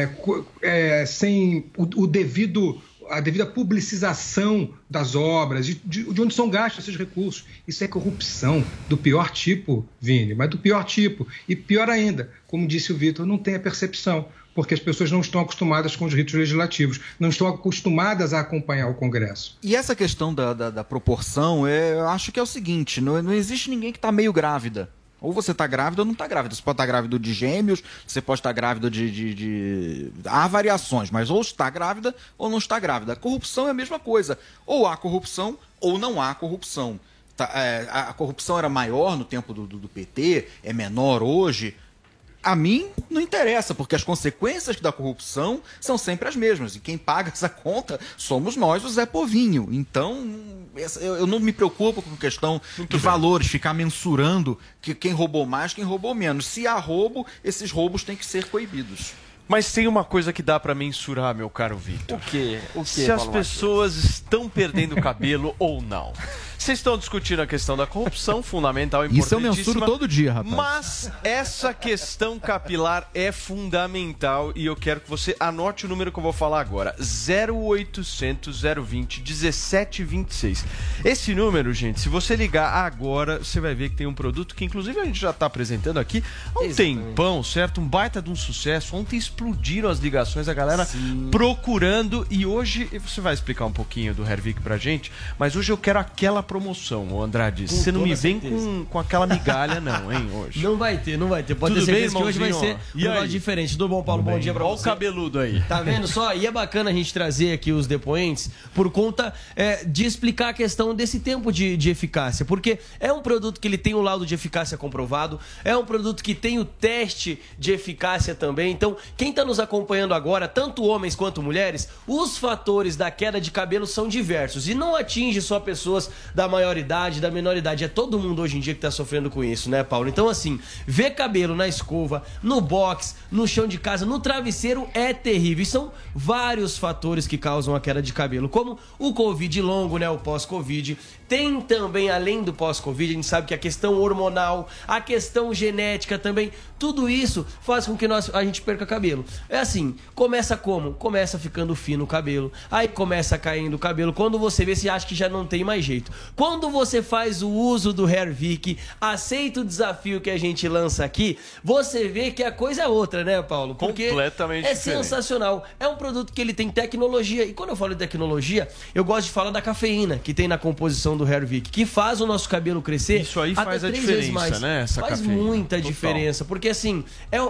sem a devida publicização das obras, de onde são gastos esses recursos. Isso é corrupção do pior tipo, Vini, mas do pior tipo. E pior ainda, como disse o Vitor, não tem a percepção, porque as pessoas não estão acostumadas com os ritos legislativos, não estão acostumadas a acompanhar o Congresso. E essa questão da proporção, eu acho que é o seguinte, não existe ninguém que está meio grávida. Ou você está grávida ou não está grávida. Você pode estar grávido de gêmeos, você pode estar grávida Há variações, mas ou está grávida ou não está grávida. A corrupção é a mesma coisa. Ou há corrupção ou não há corrupção. A corrupção era maior no tempo do PT, é menor hoje. A mim não interessa, porque as consequências da corrupção são sempre as mesmas. E quem paga essa conta somos nós, o Zé Povinho. Então, eu não me preocupo com questão de valores, ficar mensurando que quem roubou mais, quem roubou menos. Se há roubo, esses roubos têm que ser coibidos. Mas tem uma coisa que dá para mensurar, meu caro Vitor. O quê? Se as pessoas estão perdendo cabelo ou não. Vocês estão discutindo a questão da corrupção, fundamental, importantíssima. Isso eu mensuro todo dia, rapaz. Mas essa questão capilar é fundamental e eu quero que você anote o número que eu vou falar agora. 0800 020 1726. Esse número, gente, se você ligar agora, você vai ver que tem um produto que inclusive a gente já está apresentando aqui há um tempão, certo? Um baita de um sucesso. Ontem explodiram as ligações, a galera procurando, e hoje você vai explicar um pouquinho do Hervik pra gente, mas hoje eu quero aquela promoção, Andrade. Você não me vem com aquela migalha não, hein, hoje. Não vai ter. Pode ter certeza que hoje vai ser um negócio diferente. Tudo bom, Paulo? Bom dia pra você. Olha o cabeludo aí. Tá vendo só? E é bacana a gente trazer aqui os depoentes por conta de explicar a questão desse tempo de eficácia, porque é um produto que ele tem o laudo de eficácia comprovado, é um produto que tem o teste de eficácia também. Então, quem está nos acompanhando agora, tanto homens quanto mulheres, os fatores da queda de cabelo são diversos e não atinge só pessoas da maior idade, da menor idade. É todo mundo hoje em dia que está sofrendo com isso, né, Paulo? Então, assim, ver cabelo na escova, no box, no chão de casa, no travesseiro é terrível. E são vários fatores que causam a queda de cabelo, como o Covid longo, né, o pós-Covid. Tem também, além do pós-Covid, a gente sabe que a questão hormonal, a questão genética também, tudo isso faz com que a gente perca cabelo. É assim, começa como? Começa ficando fino o cabelo, aí começa caindo o cabelo. Quando você vê, você acha que já não tem mais jeito. Quando você faz o uso do Hervik, aceita o desafio que a gente lança aqui, você vê que a coisa é outra, né, Paulo? Porque completamente é diferente. Sensacional. É um produto que ele tem tecnologia. E quando eu falo de tecnologia, eu gosto de falar da cafeína que tem na composição do Hervik, que faz o nosso cabelo crescer. Isso aí faz a diferença, né? Essa faz cafeína. Muita diferença. Porque assim,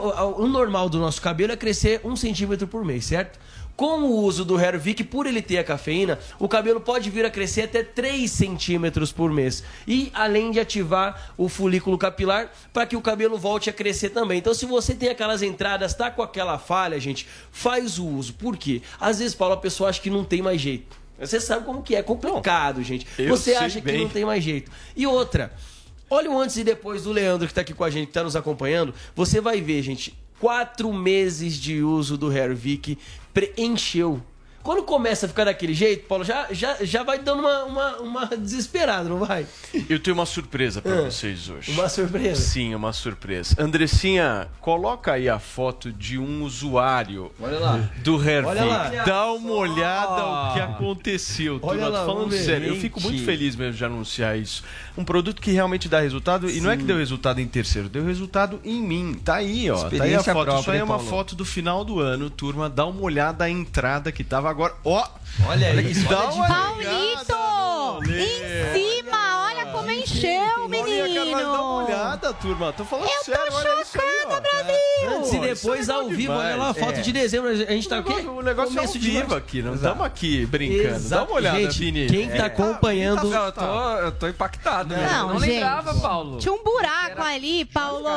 o normal do nosso cabelo é crescer 1 centímetro por mês, certo? Com o uso do Hervik, por ele ter a cafeína, o cabelo pode vir a crescer até 3 centímetros por mês. E além de ativar o folículo capilar para que o cabelo volte a crescer também. Então, se você tem aquelas entradas, tá com aquela falha, gente, faz o uso. Por quê? Às vezes, Paulo, a pessoa acha que não tem mais jeito. Você sabe como que é complicado, gente. Você acha que não tem mais jeito. E outra, olha o antes e depois do Leandro que tá aqui com a gente, que tá nos acompanhando. Você vai ver, gente, 4 meses de uso do Hervik preencheu. Quando começa a ficar daquele jeito, Paulo, já vai dando uma desesperada, não vai? Eu tenho uma surpresa pra vocês hoje. Uma surpresa? Sim, uma surpresa. Andressinha, coloca aí a foto de um usuário do Hervik. Dá uma olhada o que aconteceu. Olha lá, falando sério, eu fico muito feliz mesmo de anunciar isso. Um produto que realmente dá resultado, e não é que deu resultado em terceiro, deu resultado em mim. Tá aí, ó. Tá aí a foto. Isso aí é uma foto do final do ano, turma. Dá uma olhada à entrada que tava agora. Ó! Olha isso. Dá uma Paulito! Em cima! Olha como encheu, menino! Dá uma olhada, turma. Tô falando sério, olha isso aí, ó. Brasil! Antes e depois ao vivo, olha lá a foto de dezembro. A gente tá o quê? O negócio é ao vivo aqui, não estamos aqui brincando. Dá uma olhada, gente, Vini. Quem tá acompanhando... Eu tô impactado. Não lembrava, Paulo. Tinha um buraco ali, Paulo.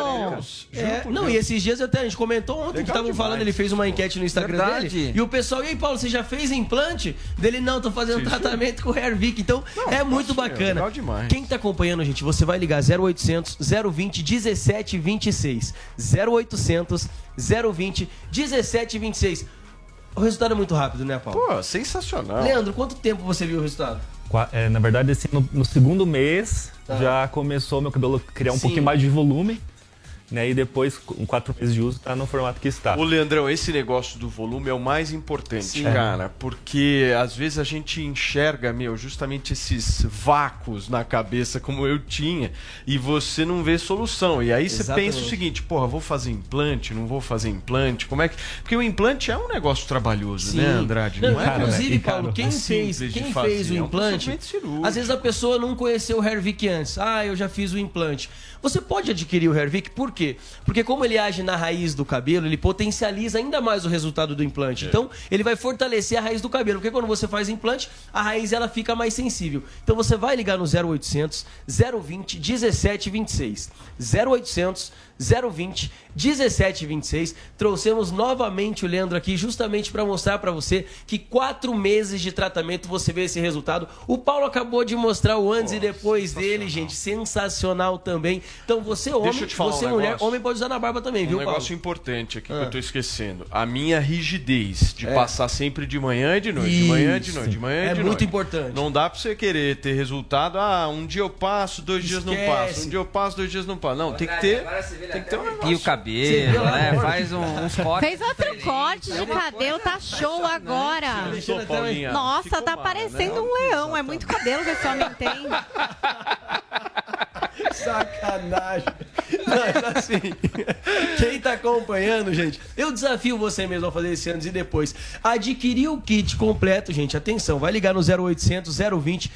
E esses dias até a gente comentou ontem que estavam falando, ele fez uma enquete no Instagram dele. E o pessoal, e aí, Paulo, você já fez implante? Dele, não, tô fazendo tratamento com o Hervik. Então, é muito bacana. Legal demais. Quem tá acompanhando, gente, você vai ligar 0800 020 1726. 0800 020 1726. O resultado é muito rápido, né, Paulo? Pô, sensacional. Leandro, quanto tempo você viu o resultado? Na verdade, assim, no segundo mês já começou meu cabelo a criar um pouquinho mais de volume. Né, e depois, com 4 meses de uso, tá no formato que está. Ô, Leandrão, esse negócio do volume é o mais importante, cara. Porque às vezes a gente enxerga, justamente esses vácuos na cabeça como eu tinha, e você não vê solução. E aí você pensa o seguinte, porra, vou fazer implante, não vou fazer implante? Como é que... Porque o implante é um negócio trabalhoso, né, Andrade? Não é? Inclusive, Paulo, quem fez o implante, às vezes a pessoa não conheceu o Hervik antes. Eu já fiz o implante. Você pode adquirir o Hervik, por quê? Porque como ele age na raiz do cabelo, ele potencializa ainda mais o resultado do implante. Então, ele vai fortalecer a raiz do cabelo. Porque quando você faz implante, a raiz ela fica mais sensível. Então, você vai ligar no 0800 020 1726. 0800 020 1726. Trouxemos novamente o Leandro aqui justamente para mostrar para você que 4 meses de tratamento você vê esse resultado. O Paulo acabou de mostrar o antes e depois dele, gente. Sensacional também. Então você homem, você mulher, homem pode usar na barba também, viu, Paulo? Um negócio importante aqui que eu tô esquecendo. A minha rigidez de passar sempre de manhã e de noite. De manhã e de noite, de manhã e de noite. É muito importante. Não dá pra você querer ter resultado. Um dia eu passo, 2 dias não passo. Um dia eu passo, 2 dias não passo. Não, tem que ter um negócio. E o cabelo, né? Faz uns cortes. Fez outro corte de cabelo, tá show agora. Nossa, tá parecendo um leão. É muito cabelo que esse homem tem. Sacanagem. Mas assim, quem tá acompanhando, gente, eu desafio você mesmo a fazer esse antes e depois. Adquirir o kit completo, gente, atenção, vai ligar no 0800 020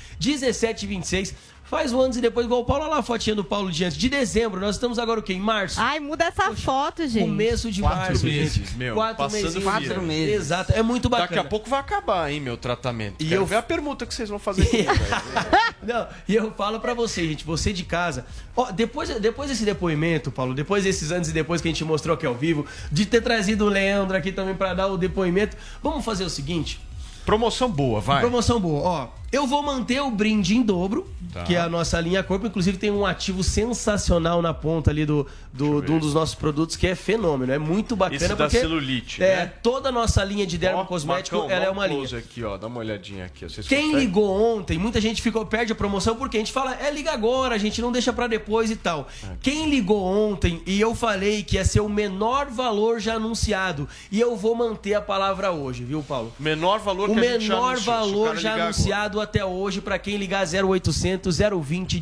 1726. Faz o antes e depois, igual o Paulo, olha lá a fotinha do Paulo de antes. De dezembro, nós estamos agora o quê? Em março? Muda essa foto, gente. Começo de março, gente. 4 meses. 4 meses. Exato, é muito bacana. Daqui a pouco vai acabar, hein, meu tratamento. E eu ver a permuta que vocês vão fazer aqui, Não, e eu falo pra você, gente, você de casa, depois desse depoimento, Paulo, depois desses antes e depois que a gente mostrou aqui ao vivo, de ter trazido o Leandro aqui também pra dar o depoimento, vamos fazer o seguinte... Promoção boa, vai. Promoção boa, eu vou manter o brinde em dobro, que é a nossa linha corpo. Inclusive tem um ativo sensacional na ponta ali de um dos nossos produtos, que é fenômeno. É muito bacana. Esse da celulite, né? Toda a nossa linha de dermocosmético, ela é uma linha. Aqui, dá uma olhadinha aqui. Quem ligou ontem, muita gente perde a promoção, porque a gente fala, liga agora, a gente não deixa pra depois e tal. Quem ligou ontem, e eu falei que ia ser o menor valor já anunciado, e eu vou manter a palavra hoje, viu, Paulo? Menor valor o menor valor já anunciado até hoje para quem ligar 0800 020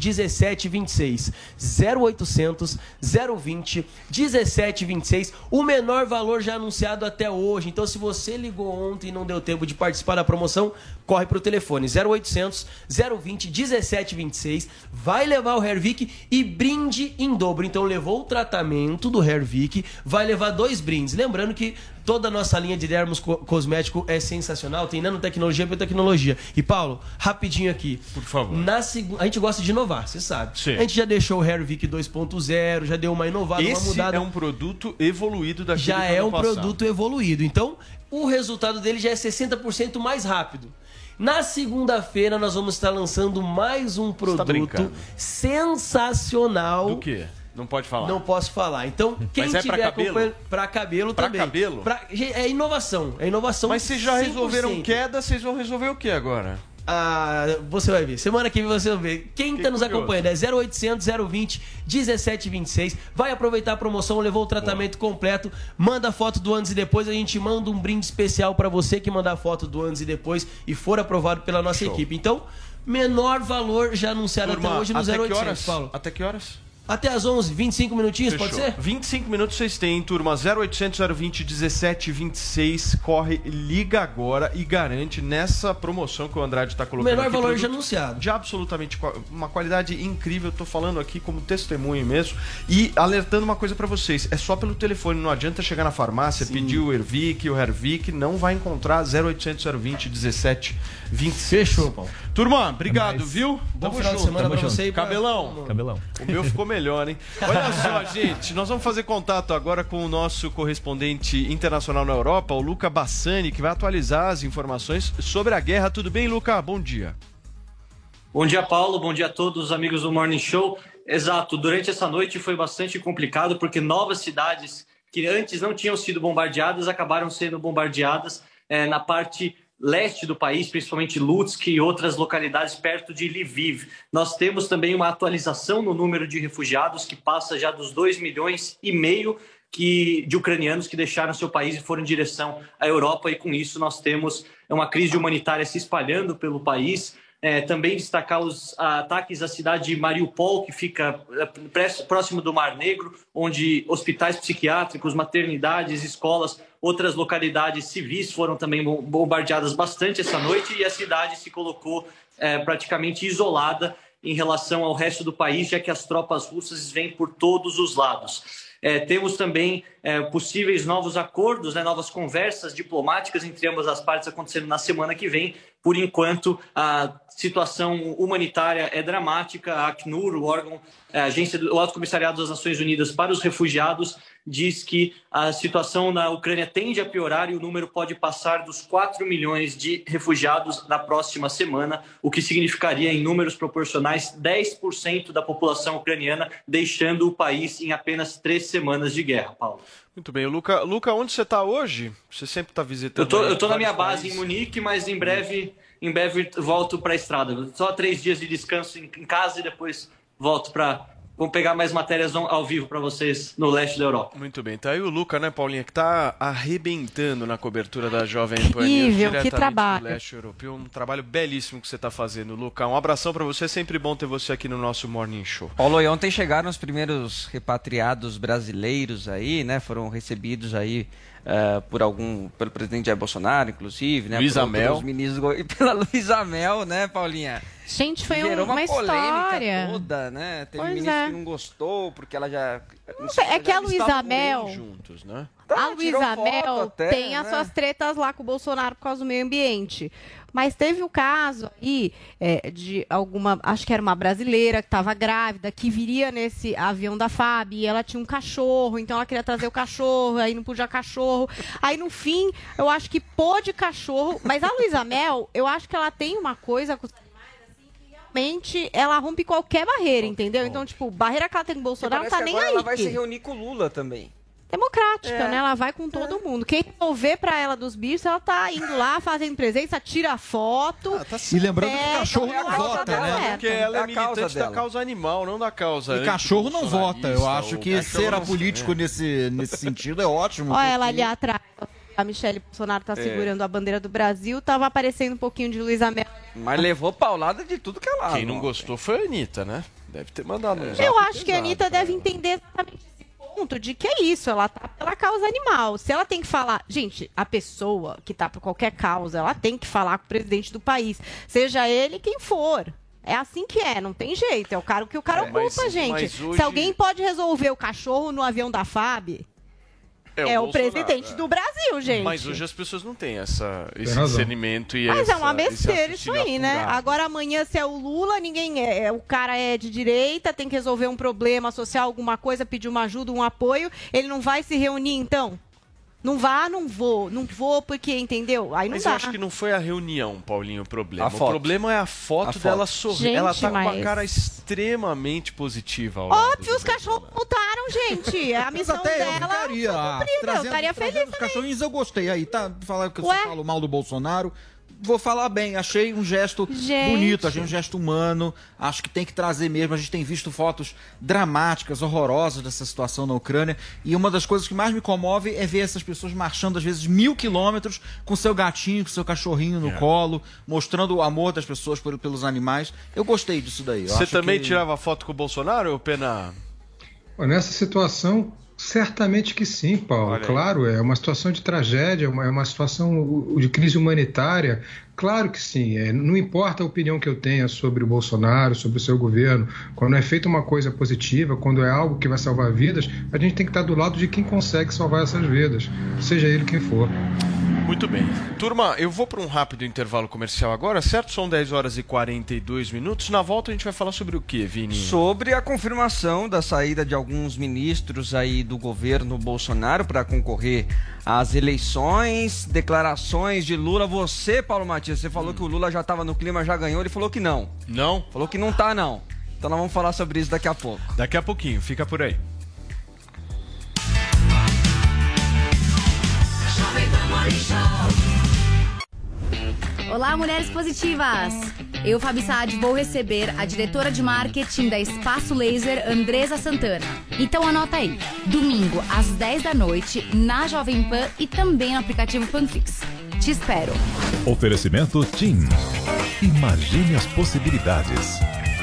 1726. 0800 020 1726. O menor valor já anunciado até hoje. Então, se você ligou ontem e não deu tempo de participar da promoção, corre pro telefone 0800 020 1726. Vai levar o Hervik e brinde em dobro. Então, levou o tratamento do Hervik, vai levar 2 brindes. Lembrando que toda a nossa linha de dermos cosmético é sensacional, tem nanotecnologia e biotecnologia. E Paulo, rapidinho aqui. Por favor. A gente gosta de inovar, você sabe. Sim. A gente já deixou o Hervik 2.0, já deu uma inovada, uma mudada. Esse é um produto evoluído daquele Já é um produto evoluído. Então, o resultado dele já é 60% mais rápido. Na segunda-feira, nós vamos estar lançando mais um produto sensacional. Do quê? Não pode falar. Não posso falar. Então, quem Mas tiver cabelo? Pra cabelo Pra também. cabelo? É inovação. É inovação. Mas vocês já 100%. resolveram queda, vocês vão resolver o que agora? Você vai ver. Semana que vem você vai ver. Quem tá nos curioso. acompanhando é 0800 020 1726. Vai aproveitar a promoção, levou o tratamento completo. Manda foto do antes e depois. A gente manda um brinde especial pra você que mandar foto do antes e depois e for aprovado pela nossa equipe. Então, menor valor já anunciado até hoje no 0800, Paulo. Até que horas? Até às 11, 25 minutinhos, Fechou. pode ser? 25 minutos vocês têm, turma. 0800 020 1726. Corre, liga agora e garante nessa promoção que o Andrade está colocando. Menor aqui, valor produto já anunciado. De absolutamente uma qualidade incrível. Eu tô falando aqui como testemunho mesmo. E alertando uma coisa para vocês: é só pelo telefone. Não adianta chegar na farmácia, pedir o Ervic, o Hervic. Não vai encontrar. 0800 020 1726. Fechou, Paulo. Turma, obrigado, viu? Bom final de semana pra você e pra... Cabelão. O meu ficou melhor, hein? Olha só, gente, nós vamos fazer contato agora com o nosso correspondente internacional na Europa, o Luca Bassani, que vai atualizar as informações sobre a guerra. Tudo bem, Luca? Bom dia. Bom dia, Paulo. Bom dia a todos os amigos do Morning Show. Exato, durante essa noite foi bastante complicado porque novas cidades que antes não tinham sido bombardeadas acabaram sendo bombardeadas na parte leste do país, principalmente Lutsk e outras localidades perto de Lviv. Nós temos também uma atualização no número de refugiados que passa já dos 2,5 milhões de ucranianos que deixaram seu país e foram em direção à Europa, e com isso nós temos uma crise humanitária se espalhando pelo país. Também destacar os ataques à cidade de Mariupol, que fica próximo do Mar Negro, onde hospitais psiquiátricos, maternidades, escolas, outras localidades civis foram também bombardeadas bastante essa noite, e a cidade se colocou praticamente isolada em relação ao resto do país, já que as tropas russas vêm por todos os lados. Temos também possíveis novos acordos, novas conversas diplomáticas entre ambas as partes acontecendo na semana que vem. Por enquanto, a situação humanitária é dramática. A Acnur, o órgão, a agência do Alto Comissariado das Nações Unidas para os Refugiados, diz que a situação na Ucrânia tende a piorar e o número pode passar dos 4 milhões de refugiados na próxima semana, o que significaria, em números proporcionais, 10% da população ucraniana deixando o país em apenas 3 semanas de guerra, Paulo. Muito bem. Luca, onde você está hoje? Você sempre está visitando... Eu tô na minha base em Munique, mas em breve volto para a estrada. Só 3 dias de descanso em casa e depois volto para... Vamos pegar mais matérias ao vivo para vocês no leste da Europa. Muito bem. Tá aí o Luca, né, Paulinha, que tá arrebentando na cobertura da Jovem Pan. Incrível, que trabalho. Do leste europeu. Um trabalho belíssimo que você tá fazendo, Luca. Um abração para você. É sempre bom ter você aqui no nosso Morning Show. Paulo, e ontem chegaram os primeiros repatriados brasileiros aí, né? Foram recebidos aí pelo presidente Jair Bolsonaro, inclusive, né? Luiz Amel. E pela Luísa Mel, né, Paulinha? Gente, foi Gerou uma polêmica toda, né? Teve ministro que não gostou, porque ela já... Não sei, é que a Luísa Mel... juntos, né? A Luísa Mel tem as suas tretas lá com o Bolsonaro por causa do meio ambiente. Mas teve o caso aí de alguma, acho que era uma brasileira que estava grávida, que viria nesse avião da FAB e ela tinha um cachorro, então ela queria trazer o cachorro, aí não podia cachorro. Aí no fim, eu acho que pôde cachorro, mas a Luísa Mel, eu acho que ela tem uma coisa com os animais, assim, que realmente ela rompe qualquer barreira, entendeu? Então, tipo, barreira que ela tem com o Bolsonaro não tá nem aí. Ela vai se reunir com o Lula também. Democrática, né? Ela vai com todo mundo. Quem resolver pra ela dos bichos, ela tá indo lá, fazendo presença, tira foto. E lembrando que o cachorro não vota, né? Porque ela é militante da causa animal, não da causa... E cachorro não vota. Eu acho que ser apolítico nesse sentido é ótimo. Olha ela ali atrás. A Michelle Bolsonaro tá segurando a bandeira do Brasil. Tava aparecendo um pouquinho de Luísa Mel. Mas levou paulada de tudo que é lado. Quem não gostou foi a Anitta, né? Deve ter mandado um Eu acho que a Anitta deve entender exatamente ponto de que é isso, ela tá pela causa animal. Se ela tem que falar... Gente, a pessoa que tá por qualquer causa, ela tem que falar com o presidente do país. Seja ele quem for. É assim que é, não tem jeito. É o cara que o cara ocupa, gente. Hoje... Se alguém pode resolver o cachorro no avião da FAB... É o presidente do Brasil, gente. Mas hoje as pessoas não têm esse discernimento e Mas é uma besteira isso aí, né? Agora amanhã, se é o Lula, o cara é de direita, tem que resolver um problema social, alguma coisa, pedir uma ajuda, um apoio, ele não vai se reunir, então? Não vou porque, entendeu? Aí não Mas dá. eu acho que não foi a reunião, Paulinho, o problema. A O foto. problema é a foto dela sorrindo. Ela tá com uma cara extremamente positiva. Óbvio, os cachorros voltaram, gente. A missão até dela eu ficaria, foi cumprida. Eu estaria feliz os cachorrinhos eu gostei. Aí, tá? Falar que eu Ué? falo mal do Bolsonaro. Vou falar bem, achei um gesto bonito, achei um gesto humano, acho que tem que trazer mesmo. A gente tem visto fotos dramáticas, horrorosas dessa situação na Ucrânia, e uma das coisas que mais me comove é ver essas pessoas marchando às vezes 1000 quilômetros com seu gatinho, com seu cachorrinho no colo, mostrando o amor das pessoas pelos animais. Eu gostei disso daí. Você também tirava foto com o Bolsonaro, Pena? Nessa situação, certamente que sim, Paulo. Claro, é uma situação de tragédia, é uma situação de crise humanitária. Claro que sim. Não importa a opinião que eu tenha sobre o Bolsonaro, sobre o seu governo. Quando é feita uma coisa positiva, quando é algo que vai salvar vidas, a gente tem que estar do lado de quem consegue salvar essas vidas, seja ele quem for. Muito bem. Turma, eu vou para um rápido intervalo comercial agora, certo? São 10 horas e 42 minutos. Na volta a gente vai falar sobre o quê, Vini? Sobre a confirmação da saída de alguns ministros aí do governo Bolsonaro para concorrer às eleições, declarações de Lula. Você, Paulo Matias, você falou que o Lula já estava no clima, já ganhou. Ele falou que não. Não? Falou que não tá, não. Então nós vamos falar sobre isso daqui a pouco. Daqui a pouquinho, fica por aí. Olá, mulheres positivas! Eu, Fabi Saad, vou receber a diretora de marketing da Espaço Laser, Andresa Santana. Então anota aí, domingo às 10 da noite, na Jovem Pan e também no aplicativo Panflix. Te espero! Oferecimento TIM. Imagine as possibilidades.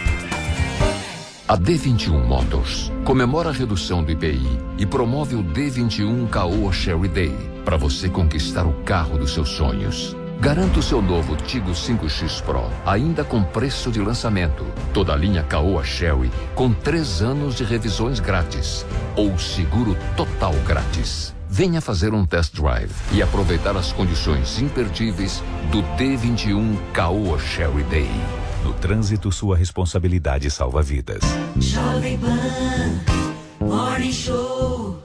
A D21 Motors comemora a redução do IPI e promove o D21 Caoa Sherry Day para você conquistar o carro dos seus sonhos. Garanta o seu novo Tigo 5X Pro, ainda com preço de lançamento. Toda a linha Caoa Sherry com 3 anos de revisões grátis ou seguro total grátis. Venha fazer um test drive e aproveitar as condições imperdíveis do D21 Caoa Sherry Day. No trânsito, sua responsabilidade salva vidas. Jovem Pan Morning Show.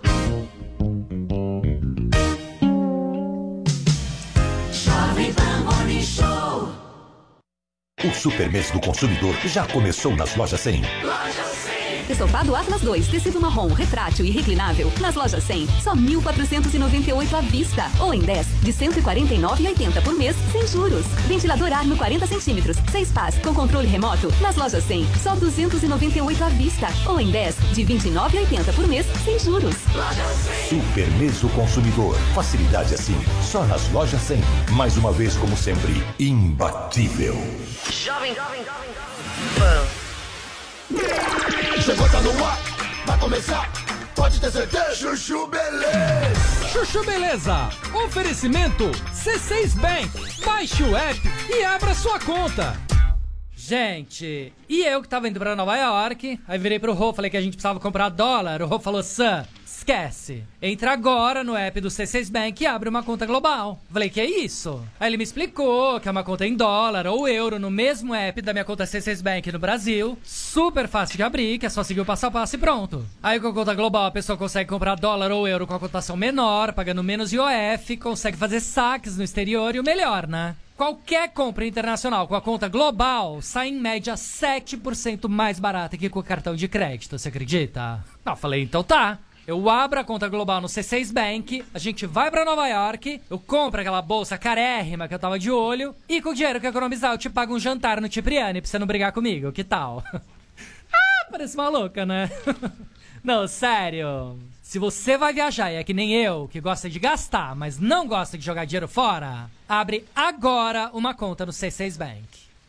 Jovem Pan Morning Show. O Super Mês do Consumidor já começou nas Lojas 100. Estofado Atlas 2, tecido marrom, retrátil e reclinável. Nas Lojas 100, só 1.498 à vista. Ou em 10, de 149,80 por mês, sem juros. Ventilador Arno 40 centímetros, 6 pás, com controle remoto. Nas Lojas 100, só 298 à vista. Ou em 10, de 29,80 por mês, sem juros. Super Mês do Consumidor. Facilidade assim, só nas Lojas 100. Mais uma vez, como sempre, imbatível. Jovem Pan. Chegou, tá no ar, vai começar, pode ter certeza. Chuchu Beleza. Chuchu Beleza. Oferecimento C6 Bank. Baixe o app e abra sua conta. Gente, e eu que tava indo pra Nova York, aí virei pro Rô, falei que a gente precisava comprar dólar. O Rô falou, Sam, esquece. Entra agora no app do C6 Bank e abre uma conta global. Falei, que é isso? Aí ele me explicou que é uma conta em dólar ou euro no mesmo app da minha conta C6 Bank no Brasil. Super fácil de abrir, que é só seguir o passo a passo e pronto. Aí com a conta global a pessoa consegue comprar dólar ou euro com a cotação menor, pagando menos IOF, consegue fazer saques no exterior e o melhor, né? Qualquer compra internacional com a conta global sai em média 7% mais barata que com o cartão de crédito, você acredita? Não, falei, então tá. Eu abro a conta global no C6 Bank, a gente vai pra Nova York, eu compro aquela bolsa carérrima que eu tava de olho, e com o dinheiro que eu economizar eu te pago um jantar no Cipriani pra você não brigar comigo, que tal? Parece maluca, né? Não, sério. Se você vai viajar e é que nem eu, que gosta de gastar, mas não gosta de jogar dinheiro fora, abre agora uma conta no C6 Bank.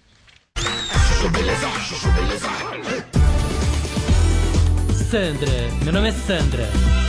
Sandra, meu nome é Sandra.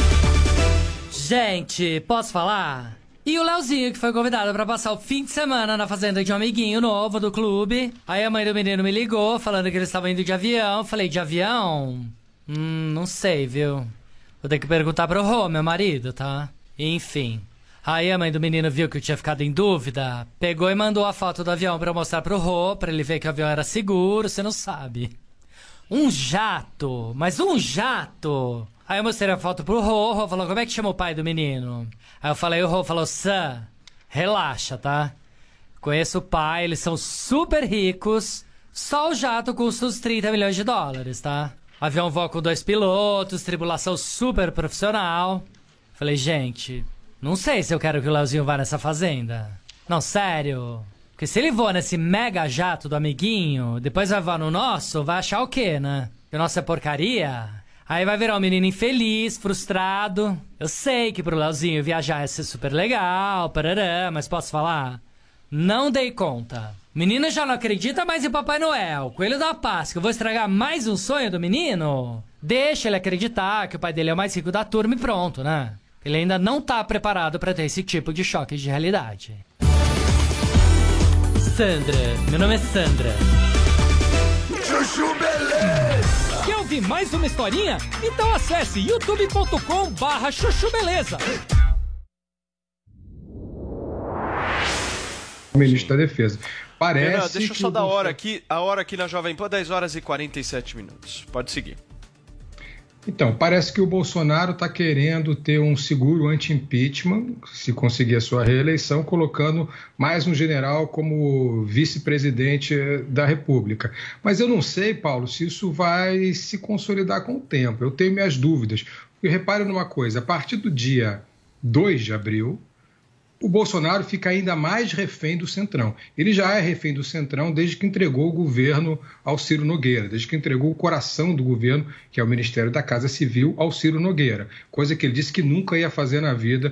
Gente, posso falar? E o Leozinho, que foi convidado pra passar o fim de semana na fazenda de um amiguinho novo do clube. Aí a mãe do menino me ligou, falando que eles estavam indo de avião. Falei, de avião? Não sei, viu? Vou ter que perguntar pro Rô, meu marido, tá? Enfim. Aí a mãe do menino viu que eu tinha ficado em dúvida, pegou e mandou a foto do avião pra eu mostrar pro Rô, pra ele ver que o avião era seguro, você não sabe. Um jato, mas um jato! Aí eu mostrei a foto pro Rô falou, como é que chama o pai do menino? Aí eu falei, o Rô falou, Sam, relaxa, tá? Conheço o pai, eles são super ricos, só o jato custa uns 30 milhões de dólares, tá? Avião voa com 2 pilotos, tripulação super profissional. Falei, gente, não sei se eu quero que o Leozinho vá nessa fazenda. Não, sério. Porque se ele voa nesse mega jato do amiguinho, depois vai voar no nosso, vai achar o quê, né? Que o nosso é porcaria? Aí vai virar um menino infeliz, frustrado. Eu sei que pro Leozinho viajar ia ser super legal, parará, mas posso falar? Não dei conta. O menino já não acredita mais em Papai Noel, Coelho da Páscoa. Eu vou estragar mais um sonho do menino? Deixa ele acreditar que o pai dele é o mais rico da turma e pronto, né? Ele ainda não tá preparado pra ter esse tipo de choque de realidade. Sandra, meu nome é Sandra. Chuchu Beleza! Quer ouvir mais uma historinha? Então acesse youtube.com/chuchu beleza. Ministro da Defesa. Parece. Renan, deixa eu só dar a hora aqui na Jovem Pan, 10 horas e 47 minutos. Pode seguir. Então, parece que o Bolsonaro está querendo ter um seguro anti-impeachment, se conseguir a sua reeleição, colocando mais um general como vice-presidente da República. Mas eu não sei, Paulo, se isso vai se consolidar com o tempo. Eu tenho minhas dúvidas. Porque repare numa coisa, a partir do dia 2 de abril, o Bolsonaro fica ainda mais refém do Centrão. Ele já é refém do Centrão desde que entregou o governo ao Ciro Nogueira, desde que entregou o coração do governo, que é o Ministério da Casa Civil, ao Ciro Nogueira, coisa que ele disse que nunca ia fazer na vida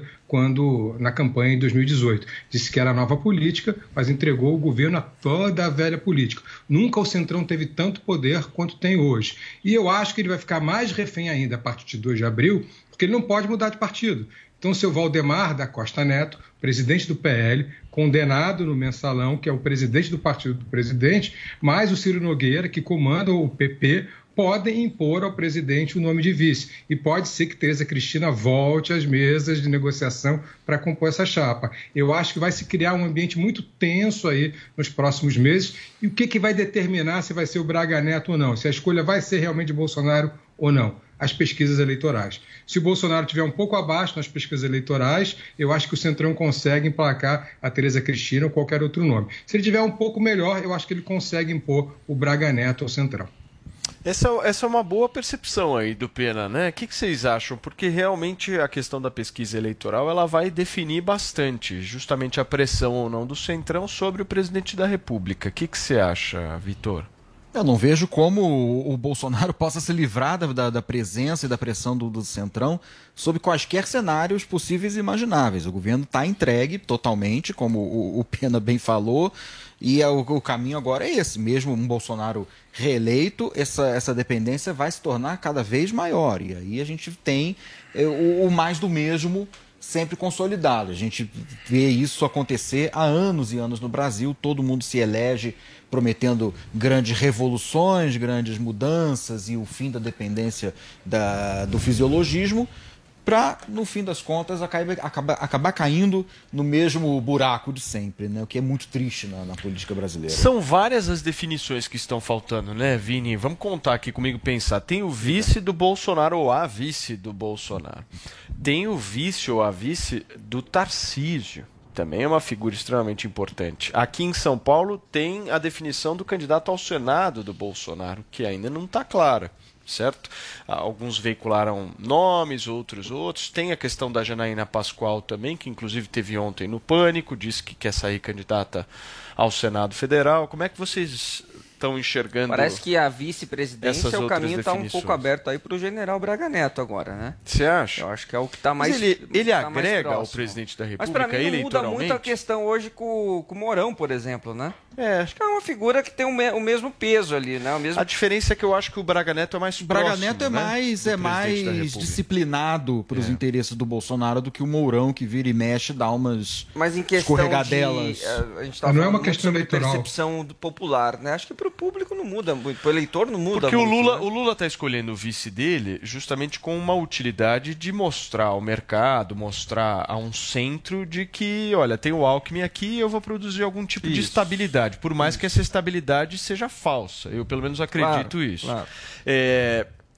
na campanha em 2018. Disse que era nova política, mas entregou o governo a toda a velha política. Nunca o Centrão teve tanto poder quanto tem hoje. E eu acho que ele vai ficar mais refém ainda a partir de 2 de abril, porque ele não pode mudar de partido. Então, o seu Valdemar da Costa Neto, presidente do PL, condenado no Mensalão, que é o presidente do partido do presidente, mais o Ciro Nogueira, que comanda o PP, podem impor ao presidente o nome de vice. E pode ser que Tereza Cristina volte às mesas de negociação para compor essa chapa. Eu acho que vai se criar um ambiente muito tenso aí nos próximos meses. E o que vai determinar se vai ser o Braga Neto ou não? Se a escolha vai ser realmente de Bolsonaro ou não? As pesquisas eleitorais. Se o Bolsonaro estiver um pouco abaixo nas pesquisas eleitorais, eu acho que o Centrão consegue emplacar a Tereza Cristina ou qualquer outro nome. Se ele estiver um pouco melhor, eu acho que ele consegue impor o Braga Neto ao Centrão. Essa é uma boa percepção aí do Pena, né? O que vocês acham? Porque realmente a questão da pesquisa eleitoral ela vai definir bastante justamente a pressão ou não do Centrão sobre o presidente da República. O que você acha, Vitor? Eu não vejo como o Bolsonaro possa se livrar da presença e da pressão do Centrão sob quaisquer cenários possíveis e imagináveis. O governo está entregue totalmente, como o Pena bem falou, e o caminho agora é esse. Mesmo um Bolsonaro reeleito, essa dependência vai se tornar cada vez maior. E aí a gente tem o mais do mesmo sempre consolidado. A gente vê isso acontecer há anos e anos no Brasil. Todo mundo se elege prometendo grandes revoluções, grandes mudanças e o fim da dependência do fisiologismo, para, no fim das contas, acabar caindo no mesmo buraco de sempre, né? O que é muito triste na política brasileira. São várias as definições que estão faltando, né, Vini? Vamos contar aqui comigo, pensar. Tem o vice do Bolsonaro ou a vice do Bolsonaro. Tem o vice ou a vice do Tarcísio. Também é uma figura extremamente importante. Aqui em São Paulo tem a definição do candidato ao Senado do Bolsonaro, que ainda não está clara, certo? Alguns veicularam nomes, outros. Tem a questão da Janaína Pascoal também, que inclusive teve ontem no Pânico, disse que quer sair candidata ao Senado Federal. Como é que vocês estão enxergando? Parece que a vice-presidência, o caminho está um pouco aberto aí para o general Braga Neto agora, né? Você acha? Eu acho que é o que está mais. Mas ele tá agrega mais ao presidente da República. Mas para mim não muda eleitoralmente muito a questão hoje com o Mourão, por exemplo, né? Acho que é uma figura que tem o mesmo peso ali, né? A diferença é que eu acho que o Braga Neto é mais próximo. O Braga Neto é mais disciplinado para os interesses do Bolsonaro do que o Mourão, que vira e mexe, dá umas escorregadelas. A gente tá não é uma questão eleitoral. Percepção popular, né? Acho que para o público não muda muito, para o eleitor não muda porque muito. Porque o Lula está escolhendo o vice dele justamente com uma utilidade de mostrar ao mercado, mostrar a um centro de que, olha, tem o Alckmin aqui e eu vou produzir algum tipo de estabilidade. Por mais que essa estabilidade seja falsa. Eu, pelo menos, acredito isso. Claro.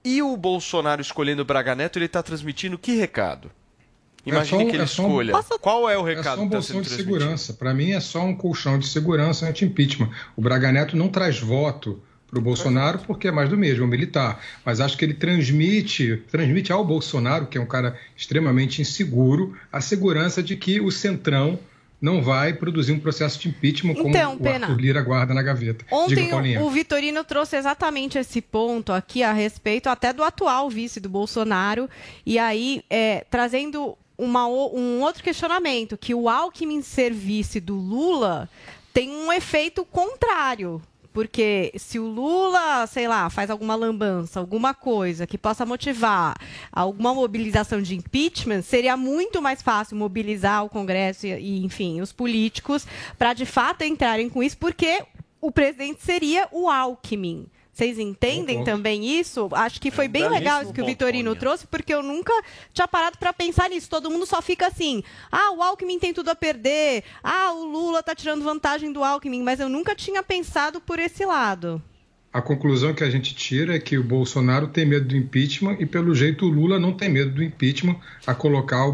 E o Bolsonaro escolhendo o Braga Neto, ele está transmitindo que recado? Imagine que ele escolha. Qual é o recado? É só um bolsão de segurança. Para mim é só um colchão de segurança anti-impeachment. O Braga Neto não traz voto para o Bolsonaro porque é mais do mesmo, é um militar. Mas acho que ele transmite ao Bolsonaro, que é um cara extremamente inseguro, a segurança de que o Centrão não vai produzir um processo de impeachment como o Arthur Lira guarda na gaveta. Ontem o Vitorino trouxe exatamente esse ponto aqui a respeito até do atual vice do Bolsonaro, e aí trazendo um outro questionamento, que o Alckmin ser vice do Lula tem um efeito contrário. Porque se o Lula, sei lá, faz alguma lambança, alguma coisa que possa motivar alguma mobilização de impeachment, seria muito mais fácil mobilizar o Congresso e enfim, os políticos para, de fato, entrarem com isso, porque o presidente seria o Alckmin. Vocês entendem também isso? Acho que foi bem legal isso que o Vitorino trouxe, porque eu nunca tinha parado para pensar nisso. Todo mundo só fica assim, o Alckmin tem tudo a perder, o Lula está tirando vantagem do Alckmin, mas eu nunca tinha pensado por esse lado. A conclusão que a gente tira é que o Bolsonaro tem medo do impeachment e, pelo jeito, o Lula não tem medo do impeachment ao colocar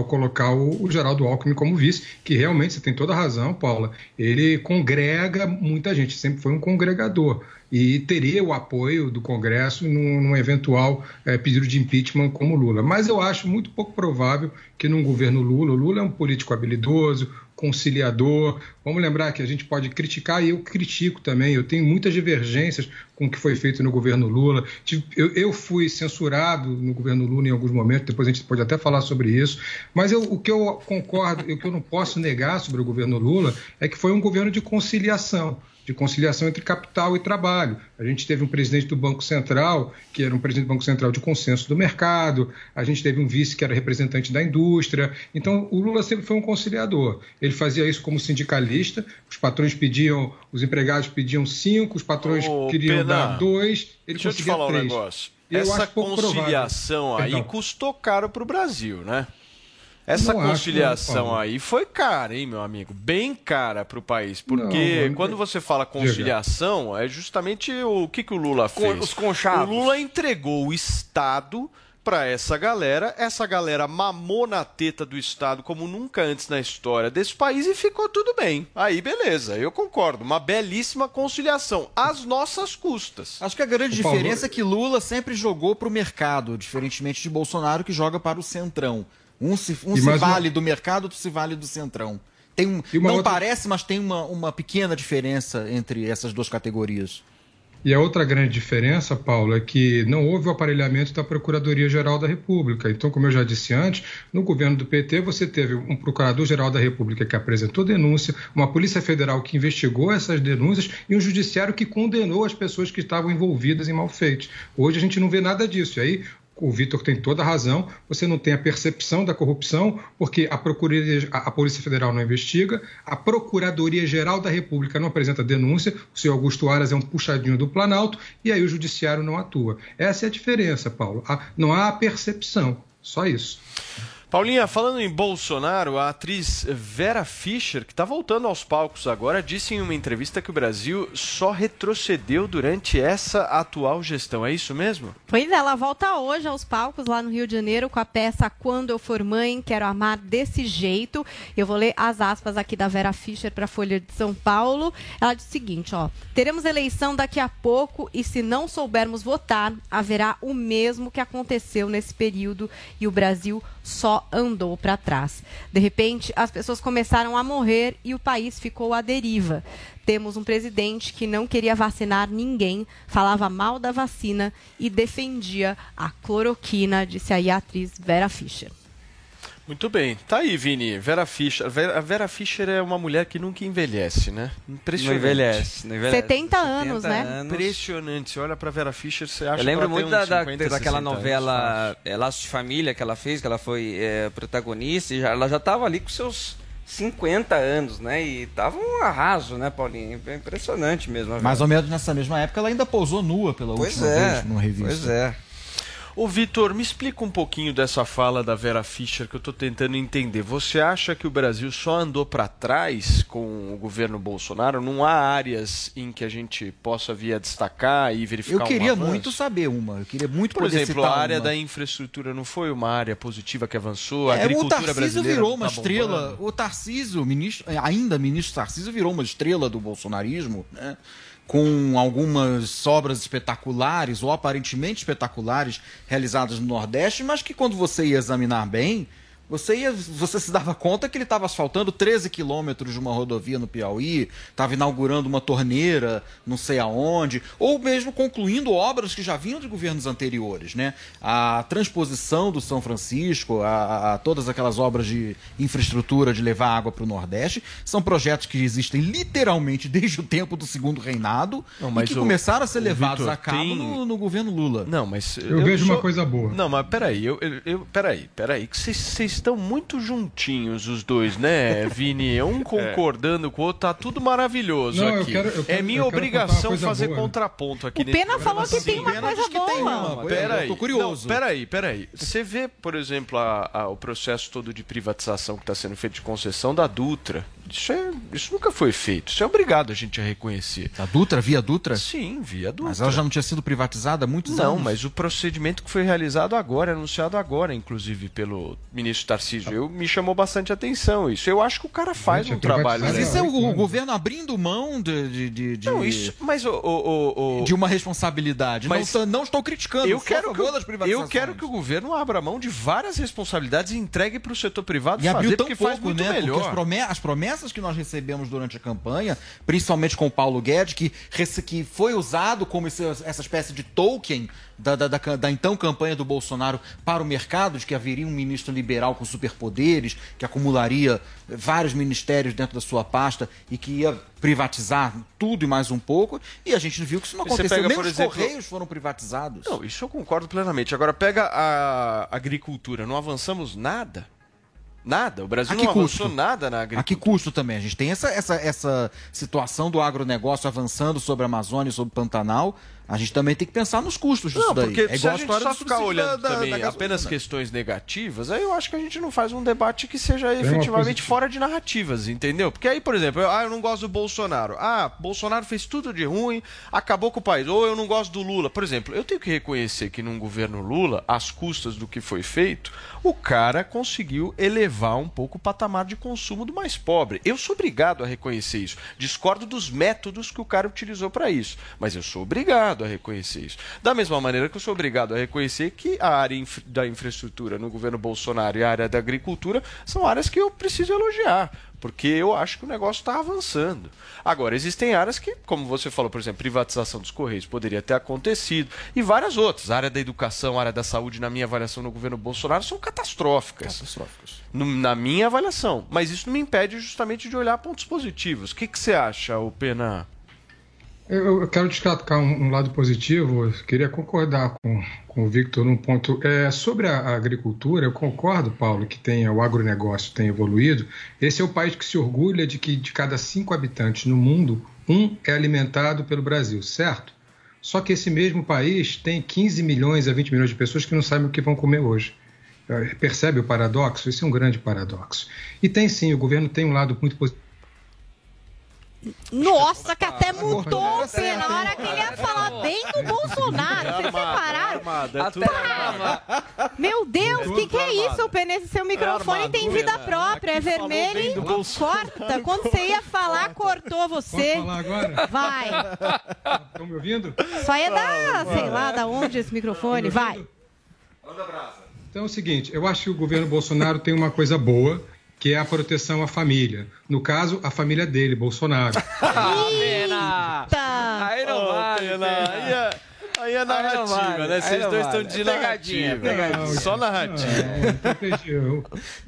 o Geraldo Alckmin como vice, que realmente, você tem toda a razão, Paula, ele congrega muita gente, sempre foi um congregador e teria o apoio do Congresso num eventual pedido de impeachment como Lula. Mas eu acho muito pouco provável que num governo Lula, o Lula é um político habilidoso, conciliador. Vamos lembrar que a gente pode criticar, e eu critico também, eu tenho muitas divergências com o que foi feito no governo Lula. Eu fui censurado no governo Lula em alguns momentos, depois a gente pode até falar sobre isso, mas o que eu concordo, o que eu não posso negar sobre o governo Lula é que foi um governo de conciliação entre capital e trabalho. A gente teve um presidente do Banco Central, que era um presidente do Banco Central de consenso do mercado, a gente teve um vice que era representante da indústria. Então, o Lula sempre foi um conciliador. Ele fazia isso como sindicalista, os empregados pediam 5, os patrões queriam dar 2, ele conseguia 3. Deixa eu te falar um negócio. Essa conciliação aí custou caro para o Brasil, né? Essa conciliação aí foi cara, hein, meu amigo? Bem cara para o país. Porque quando você fala conciliação, é justamente o que o Lula fez. Os conchavos. O Lula entregou o Estado para essa galera mamou na teta do Estado como nunca antes na história desse país e ficou tudo bem. Aí, beleza, eu concordo. Uma belíssima conciliação, às nossas custas. Acho que a grande diferença é que Lula sempre jogou para o mercado, diferentemente de Bolsonaro, que joga para o centrão. Um se vale do mercado, outro se vale do centrão. Parece, mas tem uma pequena diferença entre essas duas categorias. E a outra grande diferença, Paulo, é que não houve o aparelhamento da Procuradoria-Geral da República. Então, como eu já disse antes, no governo do PT você teve um Procurador-Geral da República que apresentou denúncia, uma Polícia Federal que investigou essas denúncias e um Judiciário que condenou as pessoas que estavam envolvidas em malfeitos. Hoje a gente não vê nada disso. E aí o Vitor tem toda a razão, você não tem a percepção da corrupção, porque a Polícia Federal não investiga, a Procuradoria-Geral da República não apresenta denúncia, o senhor Augusto Aras é um puxadinho do Planalto, e aí o Judiciário não atua. Essa é a diferença, Paulo. Não há a percepção, só isso. Paulinha, falando em Bolsonaro, a atriz Vera Fischer, que está voltando aos palcos agora, disse em uma entrevista que o Brasil só retrocedeu durante essa atual gestão. É isso mesmo? Pois é, ela volta hoje aos palcos lá no Rio de Janeiro com a peça Quando Eu For Mãe, Quero Amar Desse Jeito. Eu vou ler as aspas aqui da Vera Fischer para a Folha de São Paulo. Ela diz o seguinte, teremos eleição daqui a pouco e se não soubermos votar, haverá o mesmo que aconteceu nesse período e o Brasil só andou para trás. De repente, as pessoas começaram a morrer e o país ficou à deriva. Temos um presidente que não queria vacinar ninguém, falava mal da vacina e defendia a cloroquina, disse aí a atriz Vera Fischer. Muito bem. Tá aí, Vini. Vera Fischer. A Vera Fischer é uma mulher que nunca envelhece, né? Impressionante. Não envelhece. 70 anos, né? Impressionante. Você olha pra Vera Fischer, você acha que ela tem uns 50, daquela 60 novela Laços de Família que ela fez, que ela foi protagonista, e ela já estava ali com seus 50 anos, né? E tava um arraso, né, Paulinho? É impressionante mesmo. Mais ou menos nessa mesma época, ela ainda pousou nua pela última vez numa revista. Pois é. Ô, Vitor, me explica um pouquinho dessa fala da Vera Fischer que eu estou tentando entender. Você acha que o Brasil só andou para trás com o governo Bolsonaro? Não há áreas em que a gente possa vir a destacar e verificar Eu queria um avanço? muito saber uma. Eu queria muito Por poder exemplo, citar a área uma. da infraestrutura não foi uma área positiva que avançou? A agricultura o Tarcísio brasileira virou não uma tá estrela. bombando? O Tarcísio, ainda ministro Tarcísio, virou uma estrela do bolsonarismo, né? Com algumas obras espetaculares, ou aparentemente espetaculares, realizadas no Nordeste, mas que quando você ia examinar bem, você se dava conta que ele estava asfaltando 13 quilômetros de uma rodovia no Piauí, estava inaugurando uma torneira não sei aonde, ou mesmo concluindo obras que já vinham de governos anteriores, né? A transposição do São Francisco, a todas aquelas obras de infraestrutura de levar água para o Nordeste, são projetos que existem literalmente desde o tempo do segundo reinado e que começaram a ser levados Vitor, a cabo no governo Lula. Não, mas eu vejo uma coisa boa. Não, mas peraí, peraí, que vocês estão muito juntinhos os dois, né, Vini? Um concordando com o outro, tá tudo maravilhoso Não, aqui. É minha obrigação fazer contraponto aqui. O Pena falou que tem uma coisa boa. Peraí, tô curioso. Peraí. Você vê, por exemplo, o processo todo de privatização que está sendo feito de concessão da Dutra. Isso nunca foi feito. Isso é obrigado a gente a reconhecer. A Dutra? Via Dutra? Sim, via Dutra. Mas ela já não tinha sido privatizada há muitos anos? Não, mas o procedimento que foi realizado agora, anunciado agora, inclusive pelo ministro Tarcísio, me chamou bastante atenção isso. Eu acho que o cara faz um trabalho... Mas isso é o governo abrindo mão de não, isso... Mas de uma responsabilidade. Mas não estou criticando, eu quero das privatizações. Eu quero que o governo abra mão de várias responsabilidades e entregue para o setor privado e fazer, abriu tão porque pouco, faz muito né? melhor. Porque as promessas que nós recebemos durante a campanha, principalmente com o Paulo Guedes, que foi usado como essa espécie de token da então campanha do Bolsonaro para o mercado, de que haveria um ministro liberal com superpoderes, que acumularia vários ministérios dentro da sua pasta e que ia privatizar tudo e mais um pouco, e a gente viu que isso não aconteceu. Pega, Nem por os exemplo, Correios foram privatizados. Não, isso eu concordo plenamente. Agora pega a agricultura, não avançamos nada? Nada, o Brasil não avançou nada na agricultura. A que custo também? A gente tem essa situação do agronegócio avançando sobre a Amazônia e sobre o Pantanal. A gente também tem que pensar nos custos disso daí. Porque é se igual a gente só ficar olhando também apenas questões negativas, aí eu acho que a gente não faz um debate que seja efetivamente fora de narrativas, entendeu? Porque aí, por exemplo, eu não gosto do Bolsonaro. Bolsonaro fez tudo de ruim, acabou com o país. Ou eu não gosto do Lula. Por exemplo, eu tenho que reconhecer que num governo Lula, às custas do que foi feito, o cara conseguiu elevar um pouco o patamar de consumo do mais pobre. Eu sou obrigado a reconhecer isso. Discordo dos métodos que o cara utilizou para isso, mas eu sou obrigado a reconhecer isso. Da mesma maneira que eu sou obrigado a reconhecer que a área da infraestrutura no governo Bolsonaro e a área da agricultura são áreas que eu preciso elogiar, porque eu acho que o negócio está avançando. Agora, existem áreas que, como você falou, por exemplo, privatização dos Correios poderia ter acontecido, e várias outras. A área da educação, a área da saúde, na minha avaliação no governo Bolsonaro, são catastróficas. Na minha avaliação. Mas isso não me impede justamente de olhar pontos positivos. O que você acha, Pena? Eu quero destacar um lado positivo. Eu queria concordar com o Victor num ponto. Sobre a agricultura, eu concordo, Paulo, que o agronegócio tem evoluído. Esse é o país que se orgulha de que de cada 5 habitantes no mundo, 1 é alimentado pelo Brasil, certo? Só que esse mesmo país tem 15 milhões a 20 milhões de pessoas que não sabem o que vão comer hoje. Percebe o paradoxo? Esse é um grande paradoxo. E tem sim, o governo tem um lado muito positivo. Nossa, que até mudou o Pena na hora que ele ia falar bem do Bolsonaro. Vocês separaram? Meu Deus, o que é isso, Pena? Esse seu microfone tem vida própria, é vermelho e corta. Quando você ia falar, cortou você. Posso falar agora? Vai. Estão me ouvindo? Isso aí é sei lá, da onde esse microfone? Vai. Então é o seguinte, eu acho que o governo Bolsonaro tem uma coisa boa, que é a proteção à família. No caso, a família dele, Bolsonaro. Pena! Aí não vale, Aí é narrativa, né? Vocês dois estão de narrativa. Pegadinha. Só narrativa.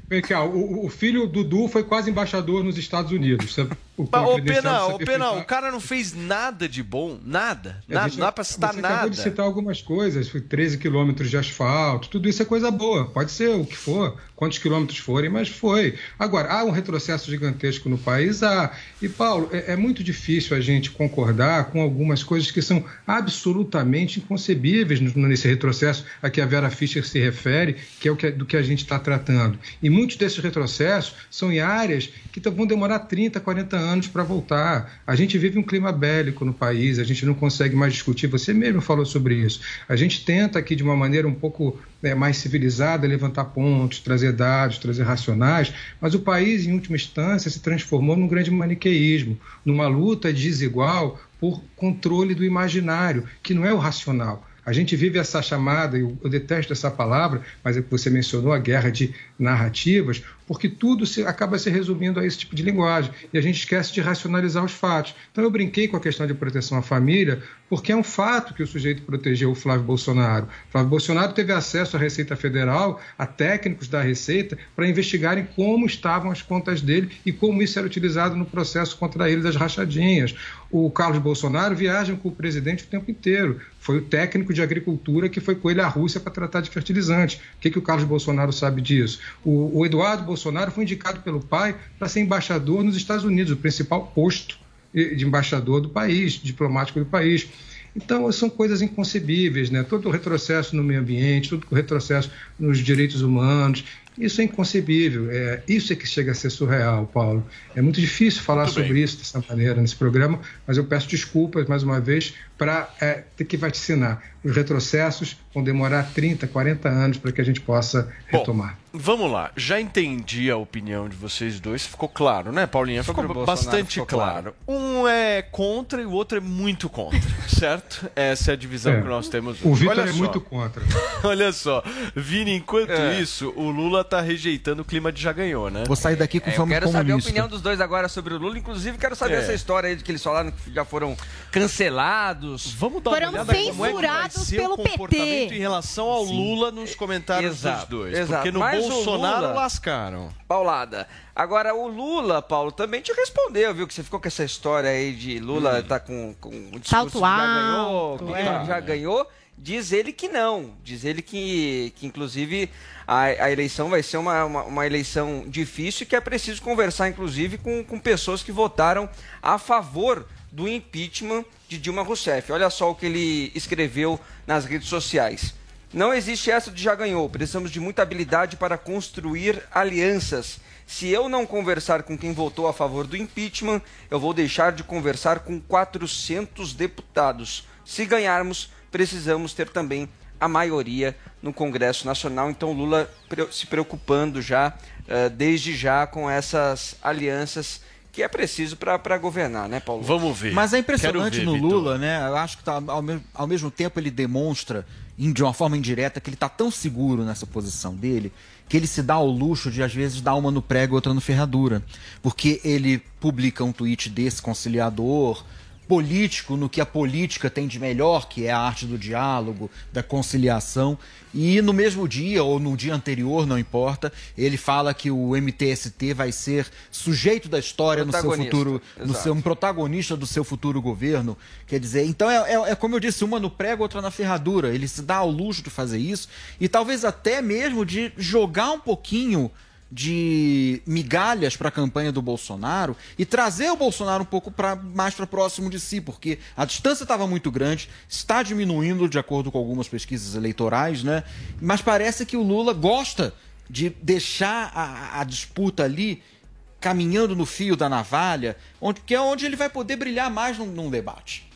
O filho Dudu foi quase embaixador nos Estados Unidos. Ô, Pena, o cara não fez nada de bom, nada. Não dá pra citar nada. Acabou de citar algumas coisas, 13 quilômetros de asfalto, tudo isso é coisa boa. Pode ser o que for, quantos quilômetros forem, mas foi. Agora, há um retrocesso gigantesco no país, E, Paulo, é muito difícil a gente concordar com algumas coisas que são absolutamente inconcebíveis nesse retrocesso a que a Vera Fischer se refere, que é do que a gente está tratando. E muitos desses retrocessos são em áreas que vão demorar 30, 40 anos para voltar. A gente vive um clima bélico no país, a gente não consegue mais discutir, você mesmo falou sobre isso. A gente tenta aqui de uma maneira um pouco mais civilizada levantar pontos, trazer dados, trazer racionais, mas o país, em última instância, se transformou num grande maniqueísmo, numa luta desigual por controle do imaginário, que não é o racional. A gente vive essa chamada, eu detesto essa palavra, mas é que você mencionou, a guerra de narrativas, porque tudo acaba se resumindo a esse tipo de linguagem, e a gente esquece de racionalizar os fatos. Então eu brinquei com a questão de proteção à família, porque é um fato que o sujeito protegeu o Flávio Bolsonaro. Flávio Bolsonaro teve acesso à Receita Federal, a técnicos da Receita, para investigarem como estavam as contas dele e como isso era utilizado no processo contra ele das rachadinhas. O Carlos Bolsonaro viaja com o presidente o tempo inteiro. Foi o técnico de agricultura que foi com ele à Rússia para tratar de fertilizante. O que o Carlos Bolsonaro sabe disso? O Eduardo Bolsonaro foi indicado pelo pai para ser embaixador nos Estados Unidos, o principal posto de embaixador do país, diplomático do país. Então, são coisas inconcebíveis, né? Todo o retrocesso no meio ambiente, todo o retrocesso nos direitos humanos, isso é inconcebível. Isso é que chega a ser surreal, Paulo. É muito difícil falar sobre isso dessa maneira nesse programa, mas eu peço desculpas, mais uma vez, para ter que vaticinar. Os retrocessos vão demorar 30, 40 anos para que a gente possa retomar. Vamos lá. Já entendi a opinião de vocês dois. Ficou claro, né, Paulinha? Ficou bastante claro. Um é contra e o outro é muito contra, certo? Essa é a divisão que nós temos hoje. O Vitor é muito contra. Olha só. Vini, enquanto isso, o Lula tá rejeitando o clima de já ganhou, né? Vou sair daqui com fama comunista. Eu quero saber a opinião dos dois agora sobre o Lula. Inclusive, quero saber essa história aí de que eles falaram que já foram cancelados. Vamos dar uma olhada como é que vai ser o comportamento em relação ao Lula nos comentários dos dois. Porque no Bolsonaro Lula, lascaram. Paulada. Agora, o Lula, Paulo, também te respondeu, viu? Que você ficou com essa história aí de Lula tá com o discurso já ganhou. Diz ele que não. Diz ele que inclusive, a eleição vai ser uma eleição difícil e que é preciso conversar, inclusive, com pessoas que votaram a favor do impeachment de Dilma Rousseff. Olha só o que ele escreveu nas redes sociais. Não existe essa de já ganhou. Precisamos de muita habilidade para construir alianças. Se eu não conversar com quem votou a favor do impeachment, eu vou deixar de conversar com 400 deputados. Se ganharmos, precisamos ter também a maioria no Congresso Nacional. Então Lula se preocupando já, desde já, com essas alianças que é preciso para governar, né, Paulo? Vamos ver. Mas é impressionante no Lula, né? Eu acho que ao mesmo tempo ele demonstra, de uma forma indireta, que ele está tão seguro nessa posição dele, que ele se dá ao luxo de, às vezes, dar uma no prego e outra no ferradura. Porque ele publica um tweet desse conciliador, político, no que a política tem de melhor, que é a arte do diálogo, da conciliação, e no mesmo dia ou no dia anterior, não importa, ele fala que o MTST vai ser sujeito da história no seu futuro, um protagonista do seu futuro governo. Quer dizer, então é como eu disse, uma no prego, outra na ferradura. Ele se dá ao luxo de fazer isso e talvez até mesmo de jogar um pouquinho de migalhas para a campanha do Bolsonaro e trazer o Bolsonaro um pouco mais para próximo de si, porque a distância estava muito grande, está diminuindo de acordo com algumas pesquisas eleitorais, né? Mas parece que o Lula gosta de deixar a disputa ali caminhando no fio da navalha, que é onde ele vai poder brilhar mais num debate.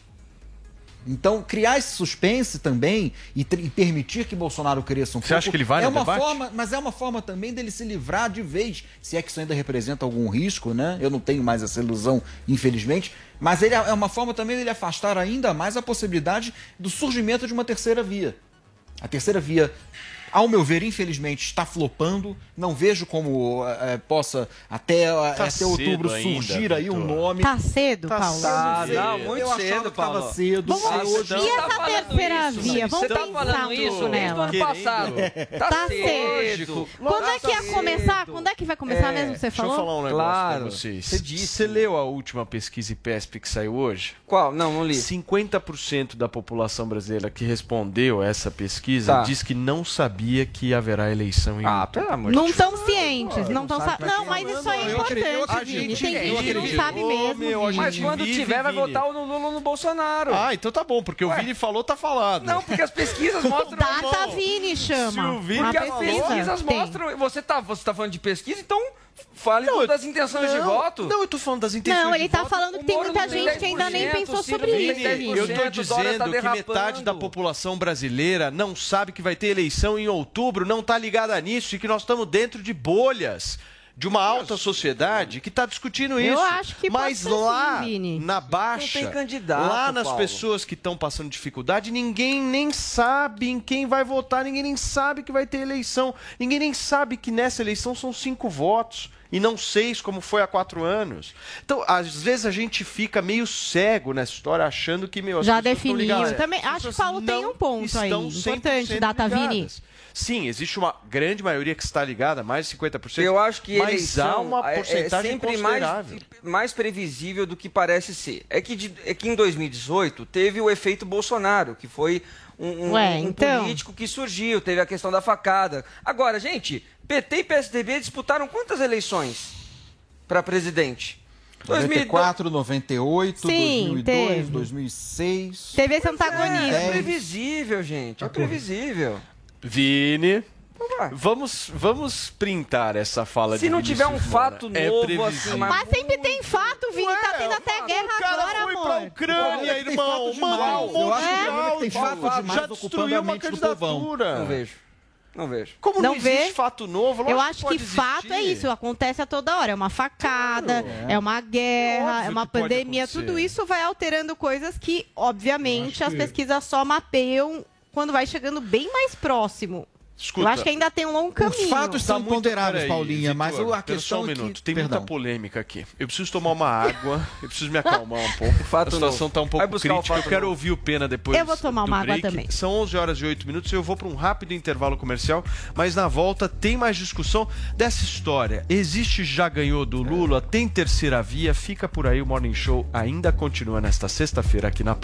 Então, criar esse suspense também e permitir que Bolsonaro cresça um pouco... Você acha que ele vai no debate? Mas é uma forma também dele se livrar de vez, se é que isso ainda representa algum risco, né? Eu não tenho mais essa ilusão, infelizmente. Mas é uma forma também dele afastar ainda mais a possibilidade do surgimento de uma terceira via. A terceira via ao meu ver, infelizmente, está flopando. Não vejo como possa até outubro surgir aí um nome. Tá cedo, Paulo? Não, muito cedo, Paulo. Tava cedo. Hoje... E essa terceira via? Vamos pensar falando isso nela. no ano passado. Tá cedo. Quando é que ia começar? Quando é que vai começar mesmo, você falou? Deixa eu falar um negócio pra vocês. Você leu a última pesquisa IPESP que saiu hoje? Qual? Não li. 50% da população brasileira que respondeu essa pesquisa diz que não sabia que haverá eleição em outubro. Pelo amor de Deus. Não estão cientes, não estão sabendo. Não, mas isso é importante, Vini. Tem gente que não sabe mesmo. Mas quando tiver, vai votar no Lula ou no Bolsonaro. Então tá bom, porque o Vini falou, tá falado. Não, porque as pesquisas mostram... Data Vini chama. Porque as pesquisas mostram... Você tá falando de pesquisa, então... Fale das intenções de voto. Não, eu tô falando das intenções de voto. Não, ele tá falando que tem muita gente que ainda nem pensou sobre isso. Eu tô dizendo que metade da população brasileira não sabe que vai ter eleição em outubro, não tá ligada nisso e que nós estamos dentro de bolhas de uma alta sociedade que está discutindo isso. Eu acho que mas pode ser lá sim, Vini. Na baixa, não tem candidato, lá nas Paulo. pessoas que estão passando dificuldade, ninguém nem sabe em quem vai votar, ninguém nem sabe que vai ter eleição, ninguém nem sabe que nessa eleição são 5 votos. E não 6, como foi há 4 anos. Então, às vezes a gente fica meio cego nessa história, achando que, as já pessoas definiu. estão ligadas. Também acho que o Paulo tem um ponto aí. Importante, Data Vini. Sim, existe uma grande maioria que está ligada, mais de 50%. Eu acho que mas há uma porcentagem sempre considerável. mais previsível do que parece ser. É que em 2018 teve o efeito Bolsonaro, que foi um político que surgiu, teve a questão da facada. Agora, gente, PT e PSDB disputaram quantas eleições para presidente? 94, 98, Sim, 2002, teve. 2006... Teve esse antagonismo. É previsível, gente, é previsível. Vini, vamos printar essa fala de Se não tiver um Vinícius fato Moura. novo assim... Mas sempre tem fato, Vini. Tá tendo até guerra agora, amor. O cara foi pra Ucrânia, irmão. Mano, eu acho que tem fato demais já ocupando destruiu a uma mente do povão. candidatura. Não vejo. Como não existe fato novo? Eu acho que fato é isso, acontece a toda hora. É uma facada, é uma guerra, é uma pandemia. Tudo isso vai alterando coisas que, obviamente, as pesquisas só mapeiam quando vai chegando bem mais próximo. Escuta, eu acho que ainda tem um longo caminho. Os fatos são imponderáveis, Paulinha, mas a questão só um minuto. Tem Perdão. muita polêmica aqui. Eu preciso tomar uma água, eu preciso me acalmar um pouco. A situação está um pouco crítica. Eu quero ouvir o Pena depois. Eu vou tomar uma água também. São 11 horas e 8 minutos e eu vou para um rápido intervalo comercial, mas na volta tem mais discussão dessa história. Existe já ganhou do Lula, tem terceira via, fica por aí, o Morning Show ainda continua nesta sexta-feira aqui na PAN.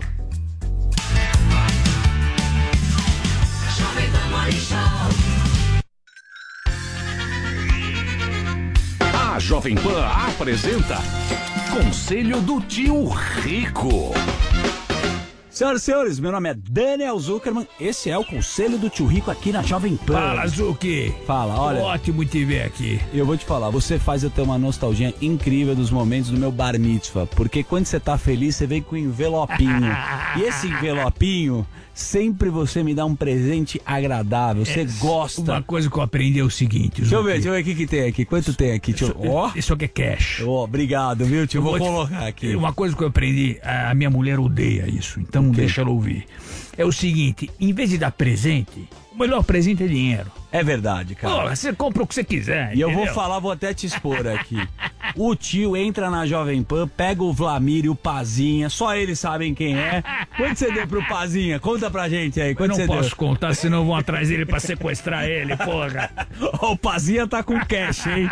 A Jovem Pan apresenta Conselho do Tio Rico. Senhoras e senhores, meu nome é Daniel Zuckerman, esse é o Conselho do Tio Rico aqui na Jovem Pan. Fala, Zuki. Fala, olha. Ótimo te ver aqui. Eu vou te falar, você faz eu ter uma nostalgia incrível dos momentos do meu bar mitzvah, porque quando você tá feliz, você vem com um envelopinho. E esse envelopinho, sempre você me dá um presente agradável, você gosta. Uma coisa que eu aprendi é o seguinte, Zuki. Deixa eu ver o que tem aqui, quanto tem aqui, tio? Isso aqui é cash. Obrigado, viu, tio? Vou colocar aqui. Uma coisa que eu aprendi, a minha mulher odeia isso, então deixa ela ouvir. É o seguinte, em vez de dar presente, o melhor presente é dinheiro. É verdade, cara. Pô, você compra o que você quiser, E eu vou falar, vou até te expor aqui. O tio entra na Jovem Pan, pega o Vlamir e o Pazinha, só eles sabem quem é. Quanto você deu pro Pazinha? Conta pra gente aí, quanto eu você não deu? posso contar, senão vão atrás dele pra sequestrar ele, porra. O Pazinha tá com cash, hein?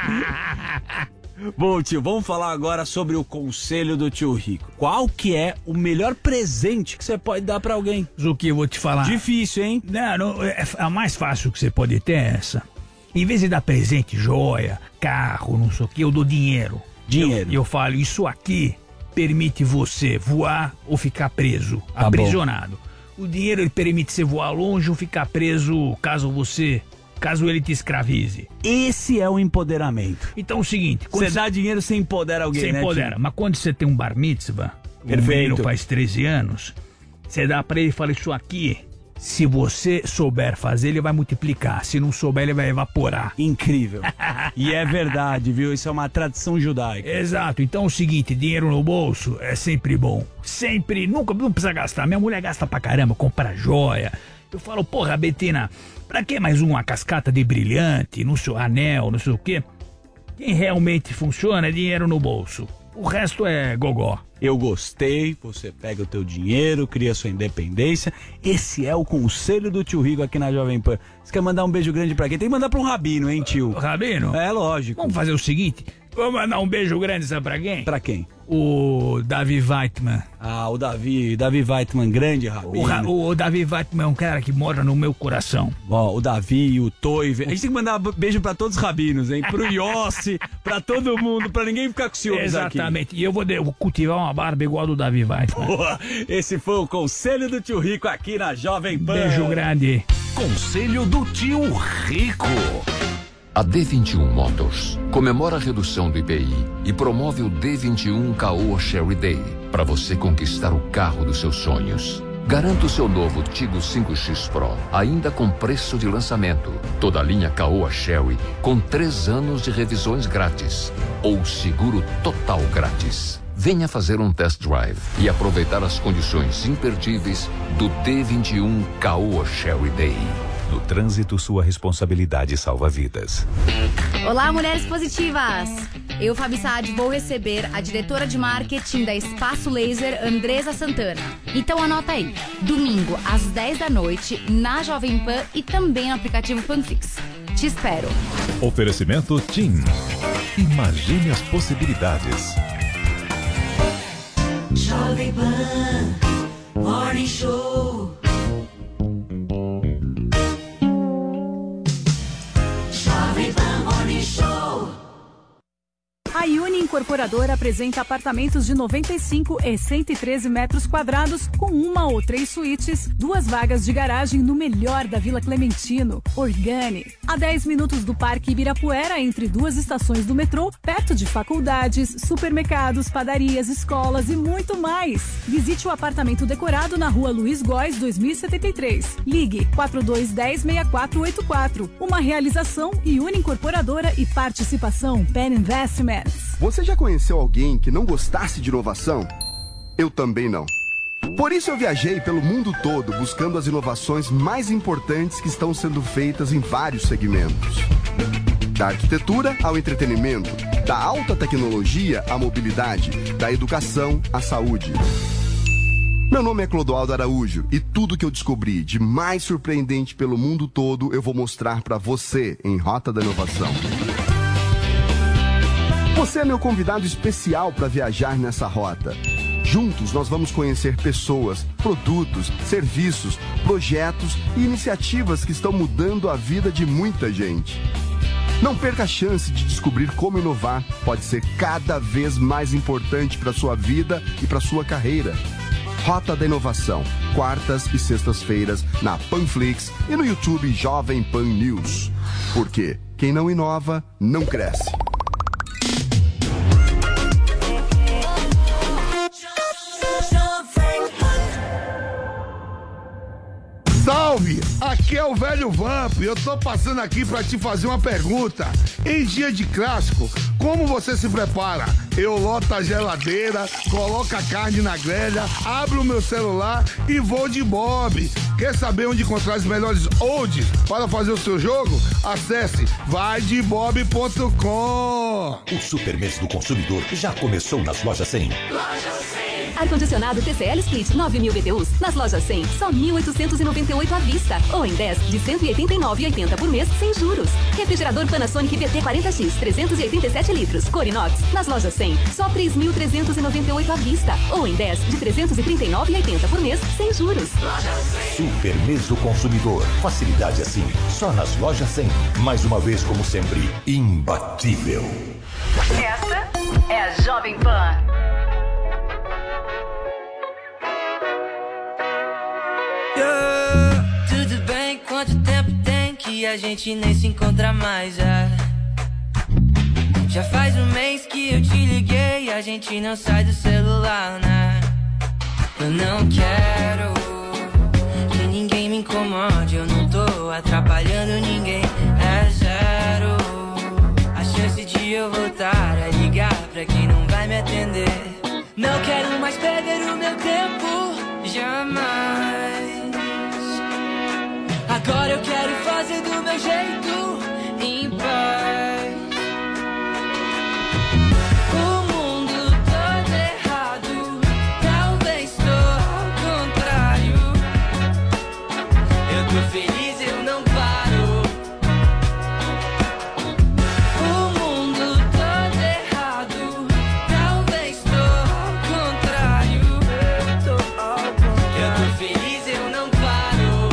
Bom, tio, vamos falar agora sobre o Conselho do Tio Rico. Qual que é o melhor presente que você pode dar pra alguém? Zuki, eu vou te falar. Difícil, hein? Não, a mais fácil que você pode ter é essa. Em vez de dar presente, joia, carro, não sei o que, eu dou dinheiro. Dinheiro. E eu falo, isso aqui permite você voar ou ficar preso, aprisionado. O dinheiro ele permite você voar longe ou ficar preso caso ele te escravize. Esse é o empoderamento. Então é o seguinte... Você dá dinheiro, você empodera alguém, Você empodera, tio? mas quando você tem um bar mitzvah, o menino faz 13 anos, você dá pra ele e fala, isso aqui, se você souber fazer, ele vai multiplicar. Se não souber, ele vai evaporar. Incrível. E é verdade, viu? Isso é uma tradição judaica. Exato. Então é o seguinte, dinheiro no bolso é sempre bom. Sempre, nunca, não precisa gastar. Minha mulher gasta pra caramba, compra joia. Eu falo, porra, Betina, pra que mais uma cascata de brilhante no seu anel, não sei o quê? Quem realmente funciona é dinheiro no bolso. O resto é gogó. Eu gostei, você pega o teu dinheiro, cria sua independência. Esse é o conselho do tio Rico aqui na Jovem Pan. Você quer mandar um beijo grande pra quem? Tem que mandar pra um Rabino, hein, tio? Rabino? É, lógico. Vamos fazer o seguinte, vamos mandar um beijo grande, sabe pra quem? Pra quem? O Davi Weitman. Ah, o Davi Weitman, grande Rabino. O Davi Weitman é um cara que mora no meu coração. Ó, o Davi, o Toive. A gente tem que mandar beijo pra todos os rabinos, hein? Pro Yossi, pra todo mundo, pra ninguém ficar com ciúmes aqui. Exatamente. E eu vou cultivar uma barba igual a do Davi Weitman. Boa. Esse foi o conselho do tio Rico aqui na Jovem Pan. Beijo grande. Conselho do tio Rico. A D21 Motors comemora a redução do IPI e promove o D21 Caoa Sherry Day para você conquistar o carro dos seus sonhos. Garanta o seu novo Tigo 5X Pro, ainda com preço de lançamento. Toda a linha Caoa Sherry com 3 anos de revisões grátis ou seguro total grátis. Venha fazer um test drive e aproveitar as condições imperdíveis do D21 Caoa Sherry Day. No trânsito, sua responsabilidade salva vidas. Olá, mulheres positivas! Eu, Fabi Saad, vou receber a diretora de marketing da Espaço Laser, Andresa Santana. Então anota aí, domingo às 10 da noite, na Jovem Pan e também no aplicativo Panflix. Te espero. Oferecimento TIM. Imagine as possibilidades. Jovem Pan Morning Show. Jovem Pan Morning Show. A Uni Incorporadora apresenta apartamentos de 95 e 113 metros quadrados com 1 ou 3 suítes, 2 vagas de garagem no melhor da Vila Clementino, Organi. A 10 minutos do Parque Ibirapuera, entre 2 estações do metrô, perto de faculdades, supermercados, padarias, escolas e muito mais. Visite o apartamento decorado na Rua Luiz Góes, 2073. Ligue 4210-6484. Uma realização Uni Incorporadora e participação Pen Investments. Você já conheceu alguém que não gostasse de inovação? Eu também não. Por isso eu viajei pelo mundo todo buscando as inovações mais importantes que estão sendo feitas em vários segmentos. Da arquitetura ao entretenimento, da alta tecnologia à mobilidade, da educação à saúde. Meu nome é Clodoaldo Araújo e tudo que eu descobri de mais surpreendente pelo mundo todo eu vou mostrar para você em Rota da Inovação. Você é meu convidado especial para viajar nessa rota. Juntos nós vamos conhecer pessoas, produtos, serviços, projetos e iniciativas que estão mudando a vida de muita gente. Não perca a chance de descobrir como inovar pode ser cada vez mais importante para sua vida e para sua carreira. Rota da Inovação, quartas e sextas-feiras na Panflix e no YouTube Jovem Pan News. Porque quem não inova, não cresce. Salve! Aqui é o velho Vamp. Eu tô passando aqui pra te fazer uma pergunta. Em dia de clássico, como você se prepara? Eu loto a geladeira, coloco a carne na grelha, abro o meu celular e vou de Bob. Quer saber onde encontrar os melhores odds para fazer o seu jogo? Acesse vaidebob.com. O Super Mês do Consumidor já começou nas Lojas 100. Ar-condicionado TCL Split 9.000 BTUs nas lojas 100, só 1.898 à vista. Ou em 10 de 189,80 por mês, sem juros. Refrigerador Panasonic VT40X 387 litros, cor inox, nas lojas 100, só 3.398 à vista. Ou em 10 de 339,80 por mês, sem juros. Super Mês do Consumidor. Facilidade assim, só nas Lojas 100. Mais uma vez, como sempre, imbatível. Esta é a Jovem Pan. Tudo bem, quanto tempo tem que a gente nem se encontra mais, Já faz um mês que eu te liguei, a gente não sai do celular, né? Eu não quero que ninguém me incomode, eu não tô atrapalhando ninguém, é zero a chance de eu voltar a ligar pra quem não vai me atender. Não quero mais perder o meu tempo, jamais. meu jeito, em paz. O mundo todo errado, talvez tô ao contrário. Eu tô feliz, eu não paro. O mundo todo errado, talvez tô ao contrário. Eu tô feliz, eu não paro.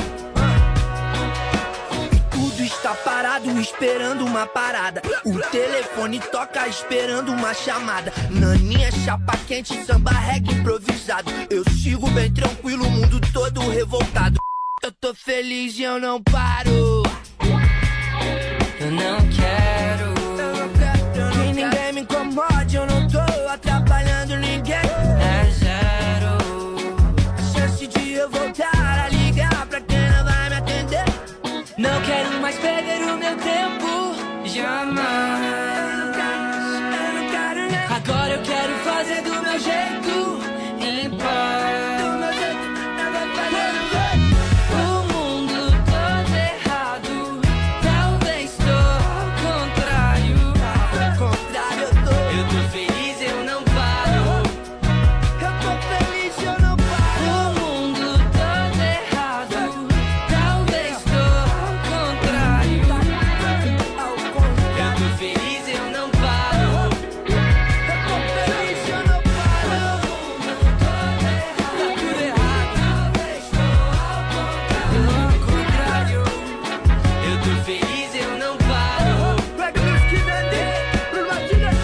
Tudo está parado, esperando uma parada. O telefone toca, esperando uma chamada. Naninha, chapa quente, samba reggae improvisado. Eu sigo bem tranquilo, o mundo todo revoltado. Eu tô feliz e eu não paro. Eu não quero que ninguém me incomode, eu não tô atrapalhando ninguém. É zero a chance de eu voltar a ligar pra quem não vai me atender. Não quero mais perder o meu tempo, jamais. Agora eu quero fazer do meu jeito, em paz. O mundo todo errado, talvez tô ao contrário. Eu tô feliz, eu não paro. Eu tô feliz, eu não paro. O mundo todo errado, talvez tô ao contrário. Eu tô feliz, eu não paro. Eu tô feliz, eu não paro. O mundo todo errado, tudo errado, talvez tô ao contrário. Eu tô feliz, eu não paro. Pega meus que vender, pro Matilha.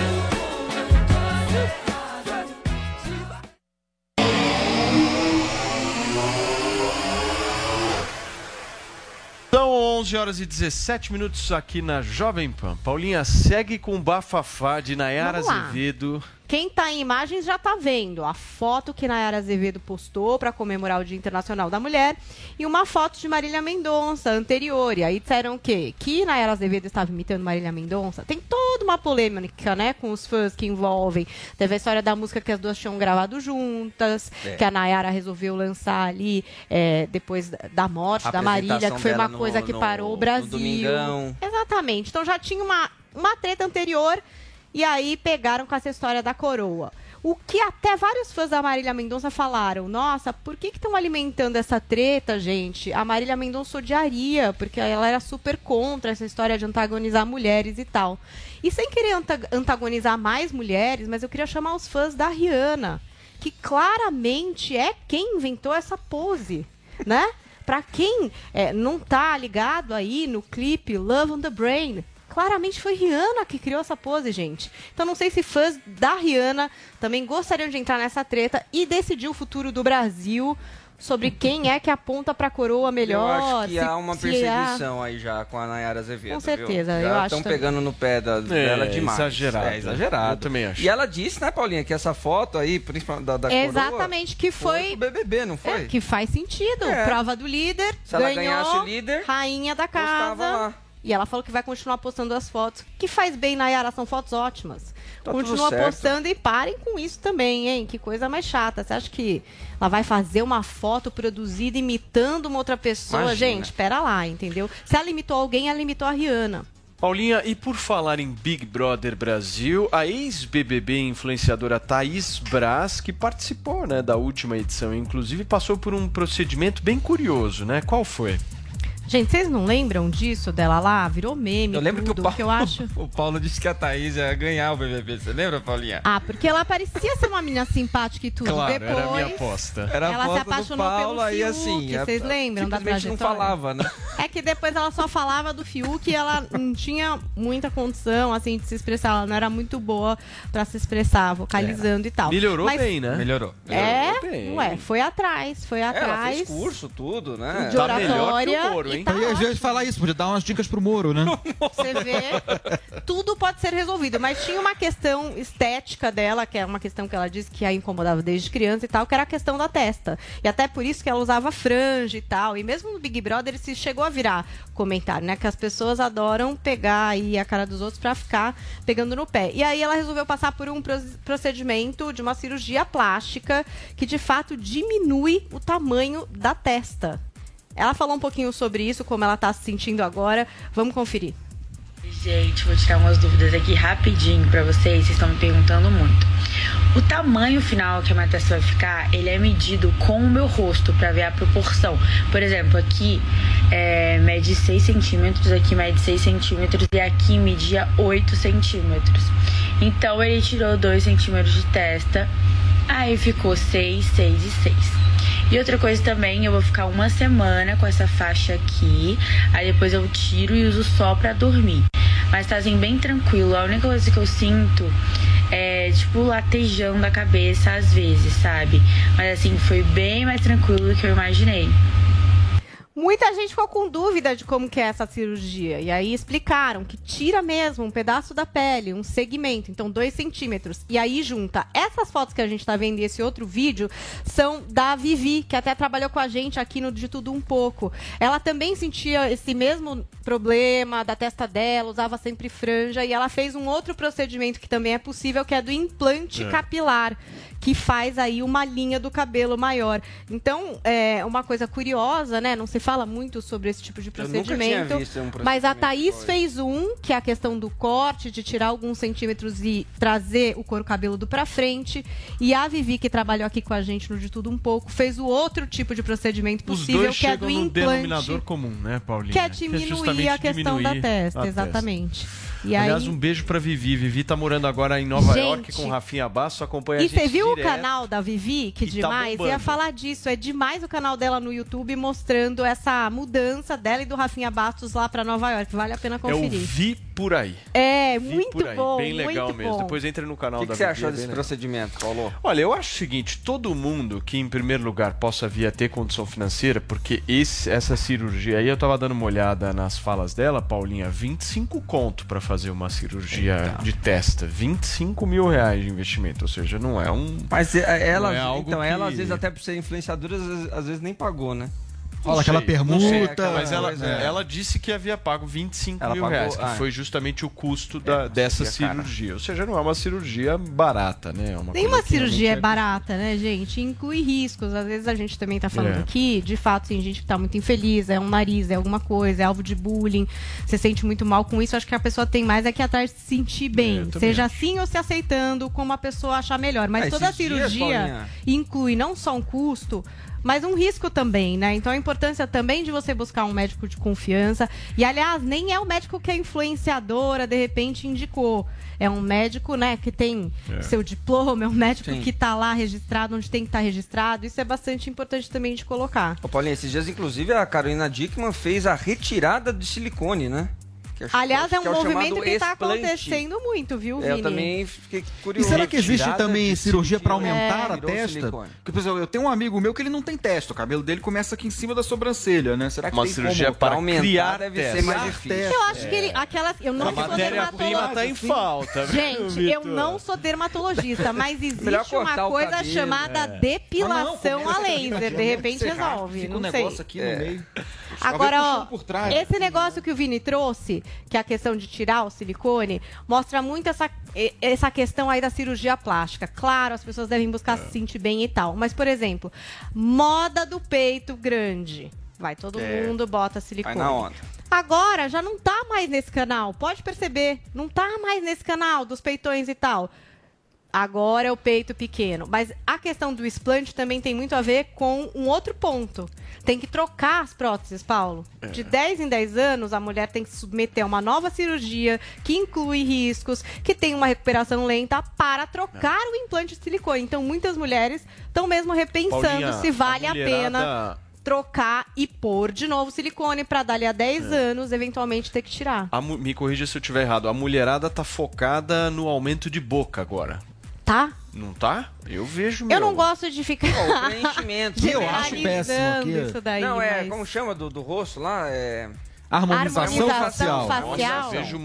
São 11 horas e 17 minutos aqui na Jovem Pan. Paulinha, segue com o bafafá de Nayara Vamos lá. Azevedo. Quem tá em imagens já tá vendo a foto que Nayara Azevedo postou para comemorar o Dia Internacional da Mulher e uma foto de Marília Mendonça anterior. E aí disseram o quê? Que Nayara Azevedo estava imitando Marília Mendonça. Tem toda uma polêmica, né, com os fãs que envolvem. Teve a história da música que as duas tinham gravado juntas, que a Nayara resolveu lançar ali depois da morte da Marília, que foi uma coisa que parou o Brasil. No Domingão. Exatamente. Então já tinha uma treta anterior. E aí pegaram com essa história da coroa. O que até vários fãs da Marília Mendonça falaram, nossa, por que estão alimentando essa treta, gente? A Marília Mendonça odiaria, porque ela era super contra essa história de antagonizar mulheres e tal. E sem querer antagonizar mais mulheres, mas eu queria chamar os fãs da Rihanna, que claramente é quem inventou essa pose, né? Pra quem não tá ligado aí no clipe Love on the Brain, claramente foi Rihanna que criou essa pose, gente. Então não sei se fãs da Rihanna também gostariam de entrar nessa treta e decidir o futuro do Brasil sobre quem é que aponta pra coroa melhor. Eu acho que há uma perseguição aí já com a Nayara Azevedo. Com certeza, viu? eu Já acho estão pegando no pé dela demais. Exagerado. É exagerado. Eu também acho. E ela disse, né, Paulinha, que essa foto aí, principalmente da exatamente, coroa, que foi do BBB, não foi? Que faz sentido. Prova do líder, se ela ganhasse o líder, rainha da casa. Lá. E ela falou que vai continuar postando as fotos. Que faz bem, Nayara, são fotos ótimas. Tá Continua postando e parem com isso também, hein? Que coisa mais chata. Você acha que ela vai fazer uma foto produzida imitando uma outra pessoa? Imagina. Gente, pera lá, entendeu? Se ela imitou alguém, ela imitou a Rihanna. Paulinha, e por falar em Big Brother Brasil, a ex-BBB influenciadora Thaís Braz, que participou, né, da última edição, inclusive passou por um procedimento bem curioso, né? Qual foi? Gente, vocês não lembram disso dela lá? Virou meme. Eu lembro tudo, que eu acho. o Paulo disse que a Thaís ia ganhar o BBB. Você lembra, Paulinha? Ah, porque ela parecia ser uma menina simpática e tudo. Claro, Depois, era a minha aposta. Era a ela se aposta do apaixonou Paulo, pelo aí Fiuk, assim, vocês lembram da simplesmente trajetória? não falava, né? É que depois ela só falava do Fiuk e ela não tinha muita condição, assim, de se expressar. Ela não era muito boa pra se expressar, vocalizando e tal. Melhorou Mas, bem, né? Melhorou bem. Ué, foi atrás. Ela fez curso, tudo, né? De oratória. Melhor que o Moro, hein? Tá Eu ia falar isso, podia dar umas dicas pro Moro, né? Você vê, tudo pode ser resolvido, mas tinha uma questão estética dela, que é uma questão que ela disse que a incomodava desde criança e tal, que era a questão da testa. E até por isso que ela usava franja e tal. E mesmo no Big Brother, se chegou a virar comentário, né? Que as pessoas adoram pegar aí a cara dos outros pra ficar pegando no pé. E aí ela resolveu passar por um procedimento de uma cirurgia plástica que de fato diminui o tamanho da testa. Ela falou um pouquinho sobre isso, como ela tá se sentindo agora. Vamos conferir. Gente, vou tirar umas dúvidas aqui rapidinho pra vocês estão me perguntando muito. O tamanho final que a minha testa vai ficar, ele é medido com o meu rosto pra ver a proporção. Por exemplo, aqui mede 6 centímetros, aqui mede 6 centímetros e aqui media 8 centímetros. Então ele tirou 2 centímetros de testa, aí ficou 6, 6 e 6. E outra coisa também, eu vou ficar uma semana com essa faixa aqui, aí depois eu tiro e uso só pra dormir. Mas tá assim, bem tranquilo. A única coisa que eu sinto é, tipo, latejando a cabeça às vezes, sabe? Mas assim, foi bem mais tranquilo do que eu imaginei. Muita gente ficou com dúvida de como que é essa cirurgia. E aí explicaram que tira mesmo um pedaço da pele, um segmento, então 2 centímetros. E aí junta. Essas fotos que a gente tá vendo e esse outro vídeo são da Vivi, que até trabalhou com a gente aqui no De Tudo Um Pouco. Ela também sentia esse mesmo problema da testa dela, usava sempre franja. E ela fez um outro procedimento que também é possível, que é do implante capilar, que faz aí uma linha do cabelo maior. Então, é uma coisa curiosa, né? Não se fala muito sobre esse tipo de procedimento. Eu nunca tinha visto um procedimento. Mas a Thaís fez que é a questão do corte, de tirar alguns centímetros e trazer o couro cabeludo pra frente. E a Vivi, que trabalhou aqui com a gente no De Tudo Um Pouco, fez o outro tipo de procedimento possível, que é do implante. Denominador comum, né, Paulinha? Que é diminuir a questão da testa, exatamente. E aliás, aí... um beijo pra Vivi. Vivi tá morando agora em Nova York com o Rafinha Bastos, acompanha a gente. E você viu direto. O canal da Vivi? Que demais. Tá ia falar disso. É demais o canal dela no YouTube mostrando essa mudança dela e do Rafinha Bastos lá pra Nova York. Vale a pena conferir. Eu vi por aí. É, muito bom. Bem legal muito mesmo. bom. Depois entra no canal da Vivi. O que você achou desse procedimento, Paulo? Olha, eu acho o seguinte, todo mundo que em primeiro lugar possa vir a ter condição financeira, porque essa cirurgia aí, eu tava dando uma olhada nas falas dela, Paulinha, 25 conto pra fazer uma cirurgia de testa, 25 mil reais de investimento, ou seja, não é um... Mas ela, não é algo então, que... ela às vezes até por ser influenciadora, às vezes nem pagou, né? Rola aquela permuta. Mas ela disse que havia pago 25 mil reais, que foi justamente o custo dessa cirurgia. Ou seja, não é uma cirurgia barata, né? Nenhuma cirurgia é barata, né, gente? Inclui riscos. Às vezes a gente também tá falando aqui, de fato, tem gente que tá muito infeliz, é um nariz, é alguma coisa, é alvo de bullying, você sente muito mal com isso. Acho que a pessoa tem mais aqui atrás de se sentir bem. Seja assim ou se aceitando, como a pessoa achar melhor. Mas toda cirurgia inclui não só um custo, mas um risco também, né? Então a importância também de você buscar um médico de confiança. E, aliás, nem é o médico que a influenciadora, de repente, indicou. É um médico, né, que tem seu diploma, é um médico que tá lá registrado, onde tem que estar registrado. Isso é bastante importante também de colocar. Ô, Paulinha, esses dias, inclusive, a Carolina Dickmann fez a retirada de silicone, né? Aliás, é um movimento que está acontecendo muito, viu, Vini? Eu também fiquei curioso. E será que existe também cirurgia para aumentar a testa? Porque, por exemplo, eu tenho um amigo meu que ele não tem testa, o cabelo dele começa aqui em cima da sobrancelha, né? Será que uma tem cirurgia como para aumentar? criar deve ser mais difícil. Eu acho que eu não sou dermatologista. Tá em falta, gente, eu não sou dermatologista, mas existe uma coisa chamada depilação a laser. De repente resolve. Fica não um sei. negócio aqui no meio. Agora, ó, esse negócio que o Vini trouxe, que é a questão de tirar o silicone, mostra muito essa questão aí da cirurgia plástica. Claro, as pessoas devem buscar se sentir bem e tal. Mas, por exemplo, moda do peito grande. Vai todo mundo, bota silicone. Vai na onda. Agora, já não tá mais nesse canal. Pode perceber. Não tá mais nesse canal dos peitões e tal. Agora é o peito pequeno. Mas a questão do explante também tem muito a ver com um outro ponto. Tem que trocar as próteses, Paulo. De 10 em 10 anos, a mulher tem que se submeter a uma nova cirurgia que inclui riscos, que tem uma recuperação lenta para trocar o implante de silicone. Então, muitas mulheres estão mesmo repensando Paulinha, se vale a pena trocar e pôr de novo silicone para dali a 10 anos, eventualmente ter que tirar. Me corrija se eu estiver errado. A mulherada tá focada no aumento de boca agora. Tá? Não tá? Eu vejo Eu não gosto de ficar... o preenchimento. Eu acho péssimo isso daí. Não, mas... como chama do rosto lá? Harmonização facial. Eu vejo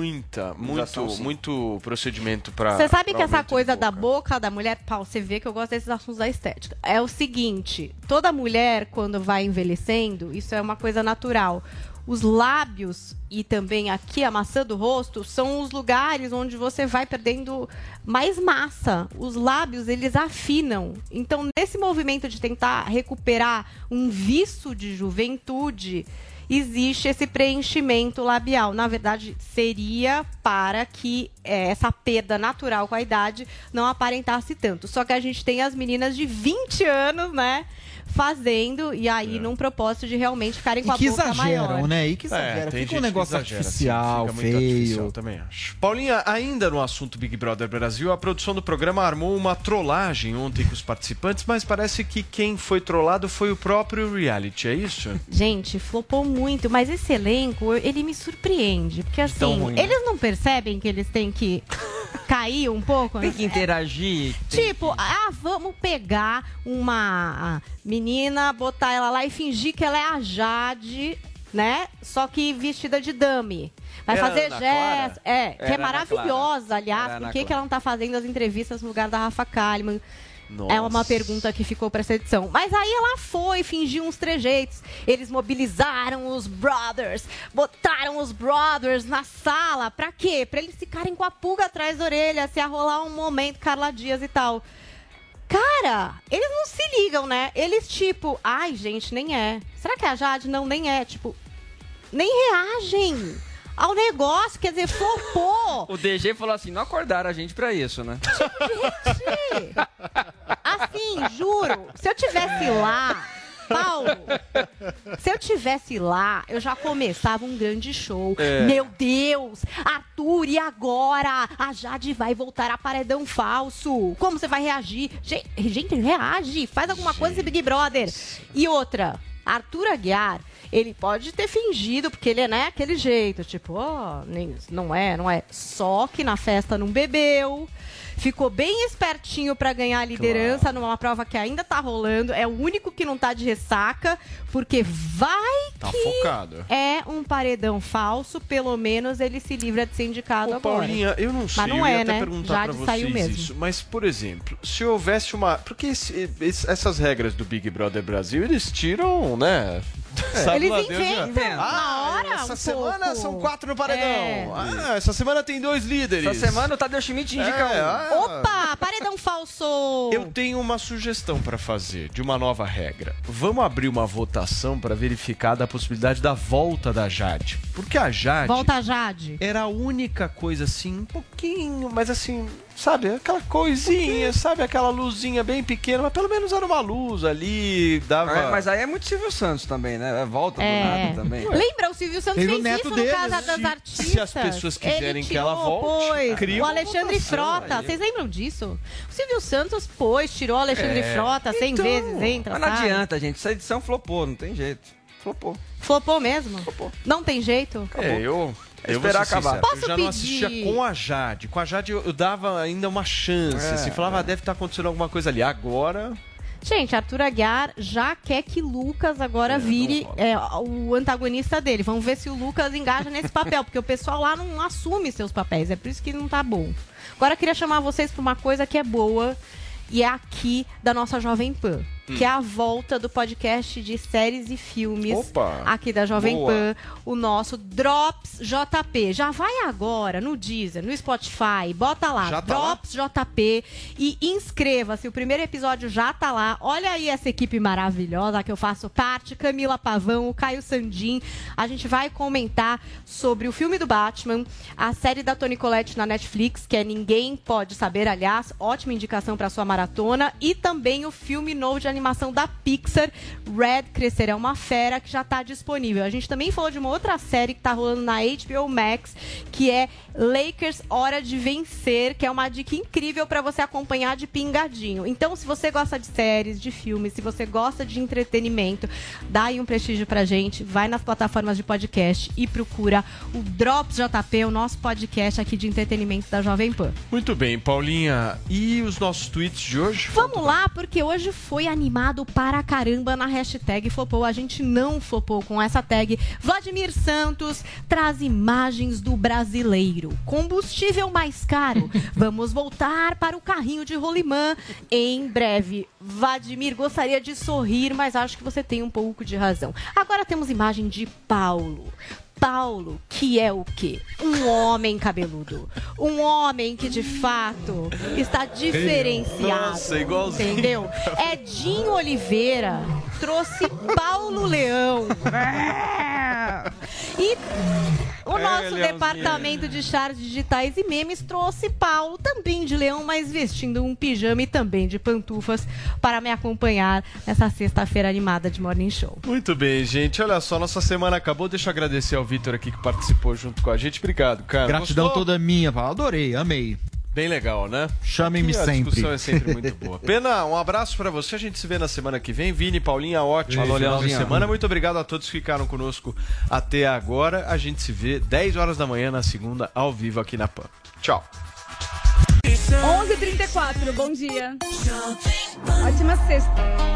muito procedimento pra... Você sabe que essa coisa da boca da mulher... Paulo, você vê que eu gosto desses assuntos da estética. É o seguinte, toda mulher, quando vai envelhecendo, isso é uma coisa natural. Os lábios e também aqui a maçã do rosto são os lugares onde você vai perdendo mais massa. Os lábios, eles afinam. Então, nesse movimento de tentar recuperar um viço de juventude, existe esse preenchimento labial. Na verdade, seria para que essa perda natural com a idade não aparentasse tanto. Só que a gente tem as meninas de 20 anos, né? Fazendo, e aí num propósito de realmente ficarem com a boca maior. Né? E que exageram, fica um negócio artificial, fica feio. muito artificial, também acho. Paulinha, ainda no assunto Big Brother Brasil, a produção do programa armou uma trollagem ontem com os participantes, mas parece que quem foi trollado foi o próprio reality, é isso? Gente, flopou muito, mas esse elenco, ele me surpreende, porque assim, ruim, né? eles não percebem que eles têm que cair um pouco? Tem que interagir. Tipo, vamos pegar uma menina, botar ela lá e fingir que ela é a Jade, né? Só que vestida de dummy. Vai Era fazer Ana gestos. Clara? Que é maravilhosa, aliás. Era Por Ana que ela não tá fazendo as entrevistas no lugar da Rafa Kalimann? Nossa. É uma pergunta que ficou para essa edição. Mas aí ela foi, fingiu uns trejeitos. Eles mobilizaram os brothers, botaram os brothers na sala. Pra quê? Pra eles ficarem com a pulga atrás da orelha, se arrolar um momento, Carla Dias e tal. Cara, eles não se ligam, né? Eles tipo, ai gente, nem é. Será que é a Jade? Não, nem é. Tipo, nem reagem ao negócio, quer dizer, flopou. O DG falou assim, não acordaram a gente pra isso, né? Gente, assim, juro, se eu tivesse lá, Paulo, se eu tivesse lá, eu já começava um grande show. Meu Deus, Arthur, e agora? A Jade vai voltar a paredão falso. Como você vai reagir? Gente, reage, faz alguma coisa esse Big Brother. E outra, Arthur Aguiar, ele pode ter fingido, porque ele é, né, aquele jeito, tipo, não é. Só que na festa não bebeu, ficou bem espertinho pra ganhar a liderança numa prova que ainda tá rolando, é o único que não tá de ressaca, porque tá focado. É um paredão falso, pelo menos ele se livra de ser indicado agora. Paulinha, eu não sei, mas não eu ia até né? perguntar pra vocês isso, mas, por exemplo, se houvesse uma... Porque essas regras do Big Brother Brasil, eles tiram, né... Eles inventam na hora essa semana são 4 no paredão. Essa semana tem 2 líderes. Essa semana o Tadeu Schmidt indica um. Opa, paredão falso. Eu tenho uma sugestão pra fazer, de uma nova regra. Vamos abrir uma votação pra verificar a possibilidade da volta da Jade. Porque a Jade... Volta a Jade. Era a única coisa assim, um pouquinho, mas assim... Sabe, aquela coisinha, sabe? Aquela luzinha bem pequena, mas pelo menos era uma luz ali, dava... mas aí é muito Silvio Santos também, né? Volta do nada também. Lembra, o Silvio Santos fez isso no Casa das Artistas. Se as pessoas quiserem que ela volte, o Alexandre Frota, vocês lembram disso? O Silvio Santos tirou o Alexandre Frota 100 vezes, entra, mas não adianta, gente, essa edição flopou, não tem jeito. Flopou mesmo? Não tem jeito? Eu esperar acabar. Eu já não assistia com a Jade. Com a Jade eu dava ainda uma chance. Assim, falava, deve estar acontecendo alguma coisa ali. Agora... Gente, Arthur Aguiar já quer que Lucas agora vire o antagonista dele. Vamos ver se o Lucas engaja nesse papel, porque o pessoal lá não assume seus papéis. É por isso que não tá bom. Agora eu queria chamar vocês para uma coisa que é boa e é aqui da nossa Jovem Pan. Que é a volta do podcast de séries e filmes aqui da Jovem Pan, o nosso Drops JP. Já vai agora no Deezer, no Spotify, bota lá, Drops JP e inscreva-se. O primeiro episódio já tá lá. Olha aí essa equipe maravilhosa que eu faço parte, Camila Pavão, o Caio Sandin. A gente vai comentar sobre o filme do Batman, a série da Toni Collette na Netflix, que é Ninguém Pode Saber, aliás, ótima indicação para sua maratona, e também o filme novo de animação da Pixar, Red, Crescer é uma Fera, que já está disponível. A gente também falou de uma outra série que está rolando na HBO Max, que é Lakers Hora de Vencer, que é uma dica incrível para você acompanhar de pingadinho. Então, se você gosta de séries, de filmes, se você gosta de entretenimento, dá aí um prestígio pra gente, vai nas plataformas de podcast e procura o Drops JP, o nosso podcast aqui de entretenimento da Jovem Pan. Muito bem, Paulinha. E os nossos tweets de hoje? Vamos lá, porque hoje foi aniversário animado para caramba na hashtag Flopou. A gente não flopou com essa tag. Vladimir Santos traz imagens do brasileiro. Combustível mais caro. Vamos voltar para o carrinho de rolimã em breve. Vladimir, gostaria de sorrir, mas acho que você tem um pouco de razão. Agora temos imagem de Paulo. Paulo, que é o quê? Um homem cabeludo. Um homem que, de fato, está diferenciado. Nossa, igualzinho. Entendeu? Edinho Oliveira trouxe Paulo Leão. E o nosso departamento de charts digitais e memes trouxe Paulo, também de leão, mas vestindo um pijama e também de pantufas, para me acompanhar nessa sexta-feira animada de Morning Show. Muito bem, gente. Olha só, nossa semana acabou. Deixa eu agradecer ao Vitor aqui que participou junto com a gente. Obrigado, cara. Gratidão Gostou? toda minha, Paulo. Adorei, amei. Bem legal, né? Chamem-me A sempre. discussão é sempre muito boa. Pena, um abraço pra você. A gente se vê na semana que vem. Vini, Paulinha, ótimo Falou, final de Leãozinho. semana. Muito obrigado a todos que ficaram conosco até agora. A gente se vê 10 horas da manhã na segunda, ao vivo aqui na PAN. Tchau. 11h34, bom dia. Ótima sexta.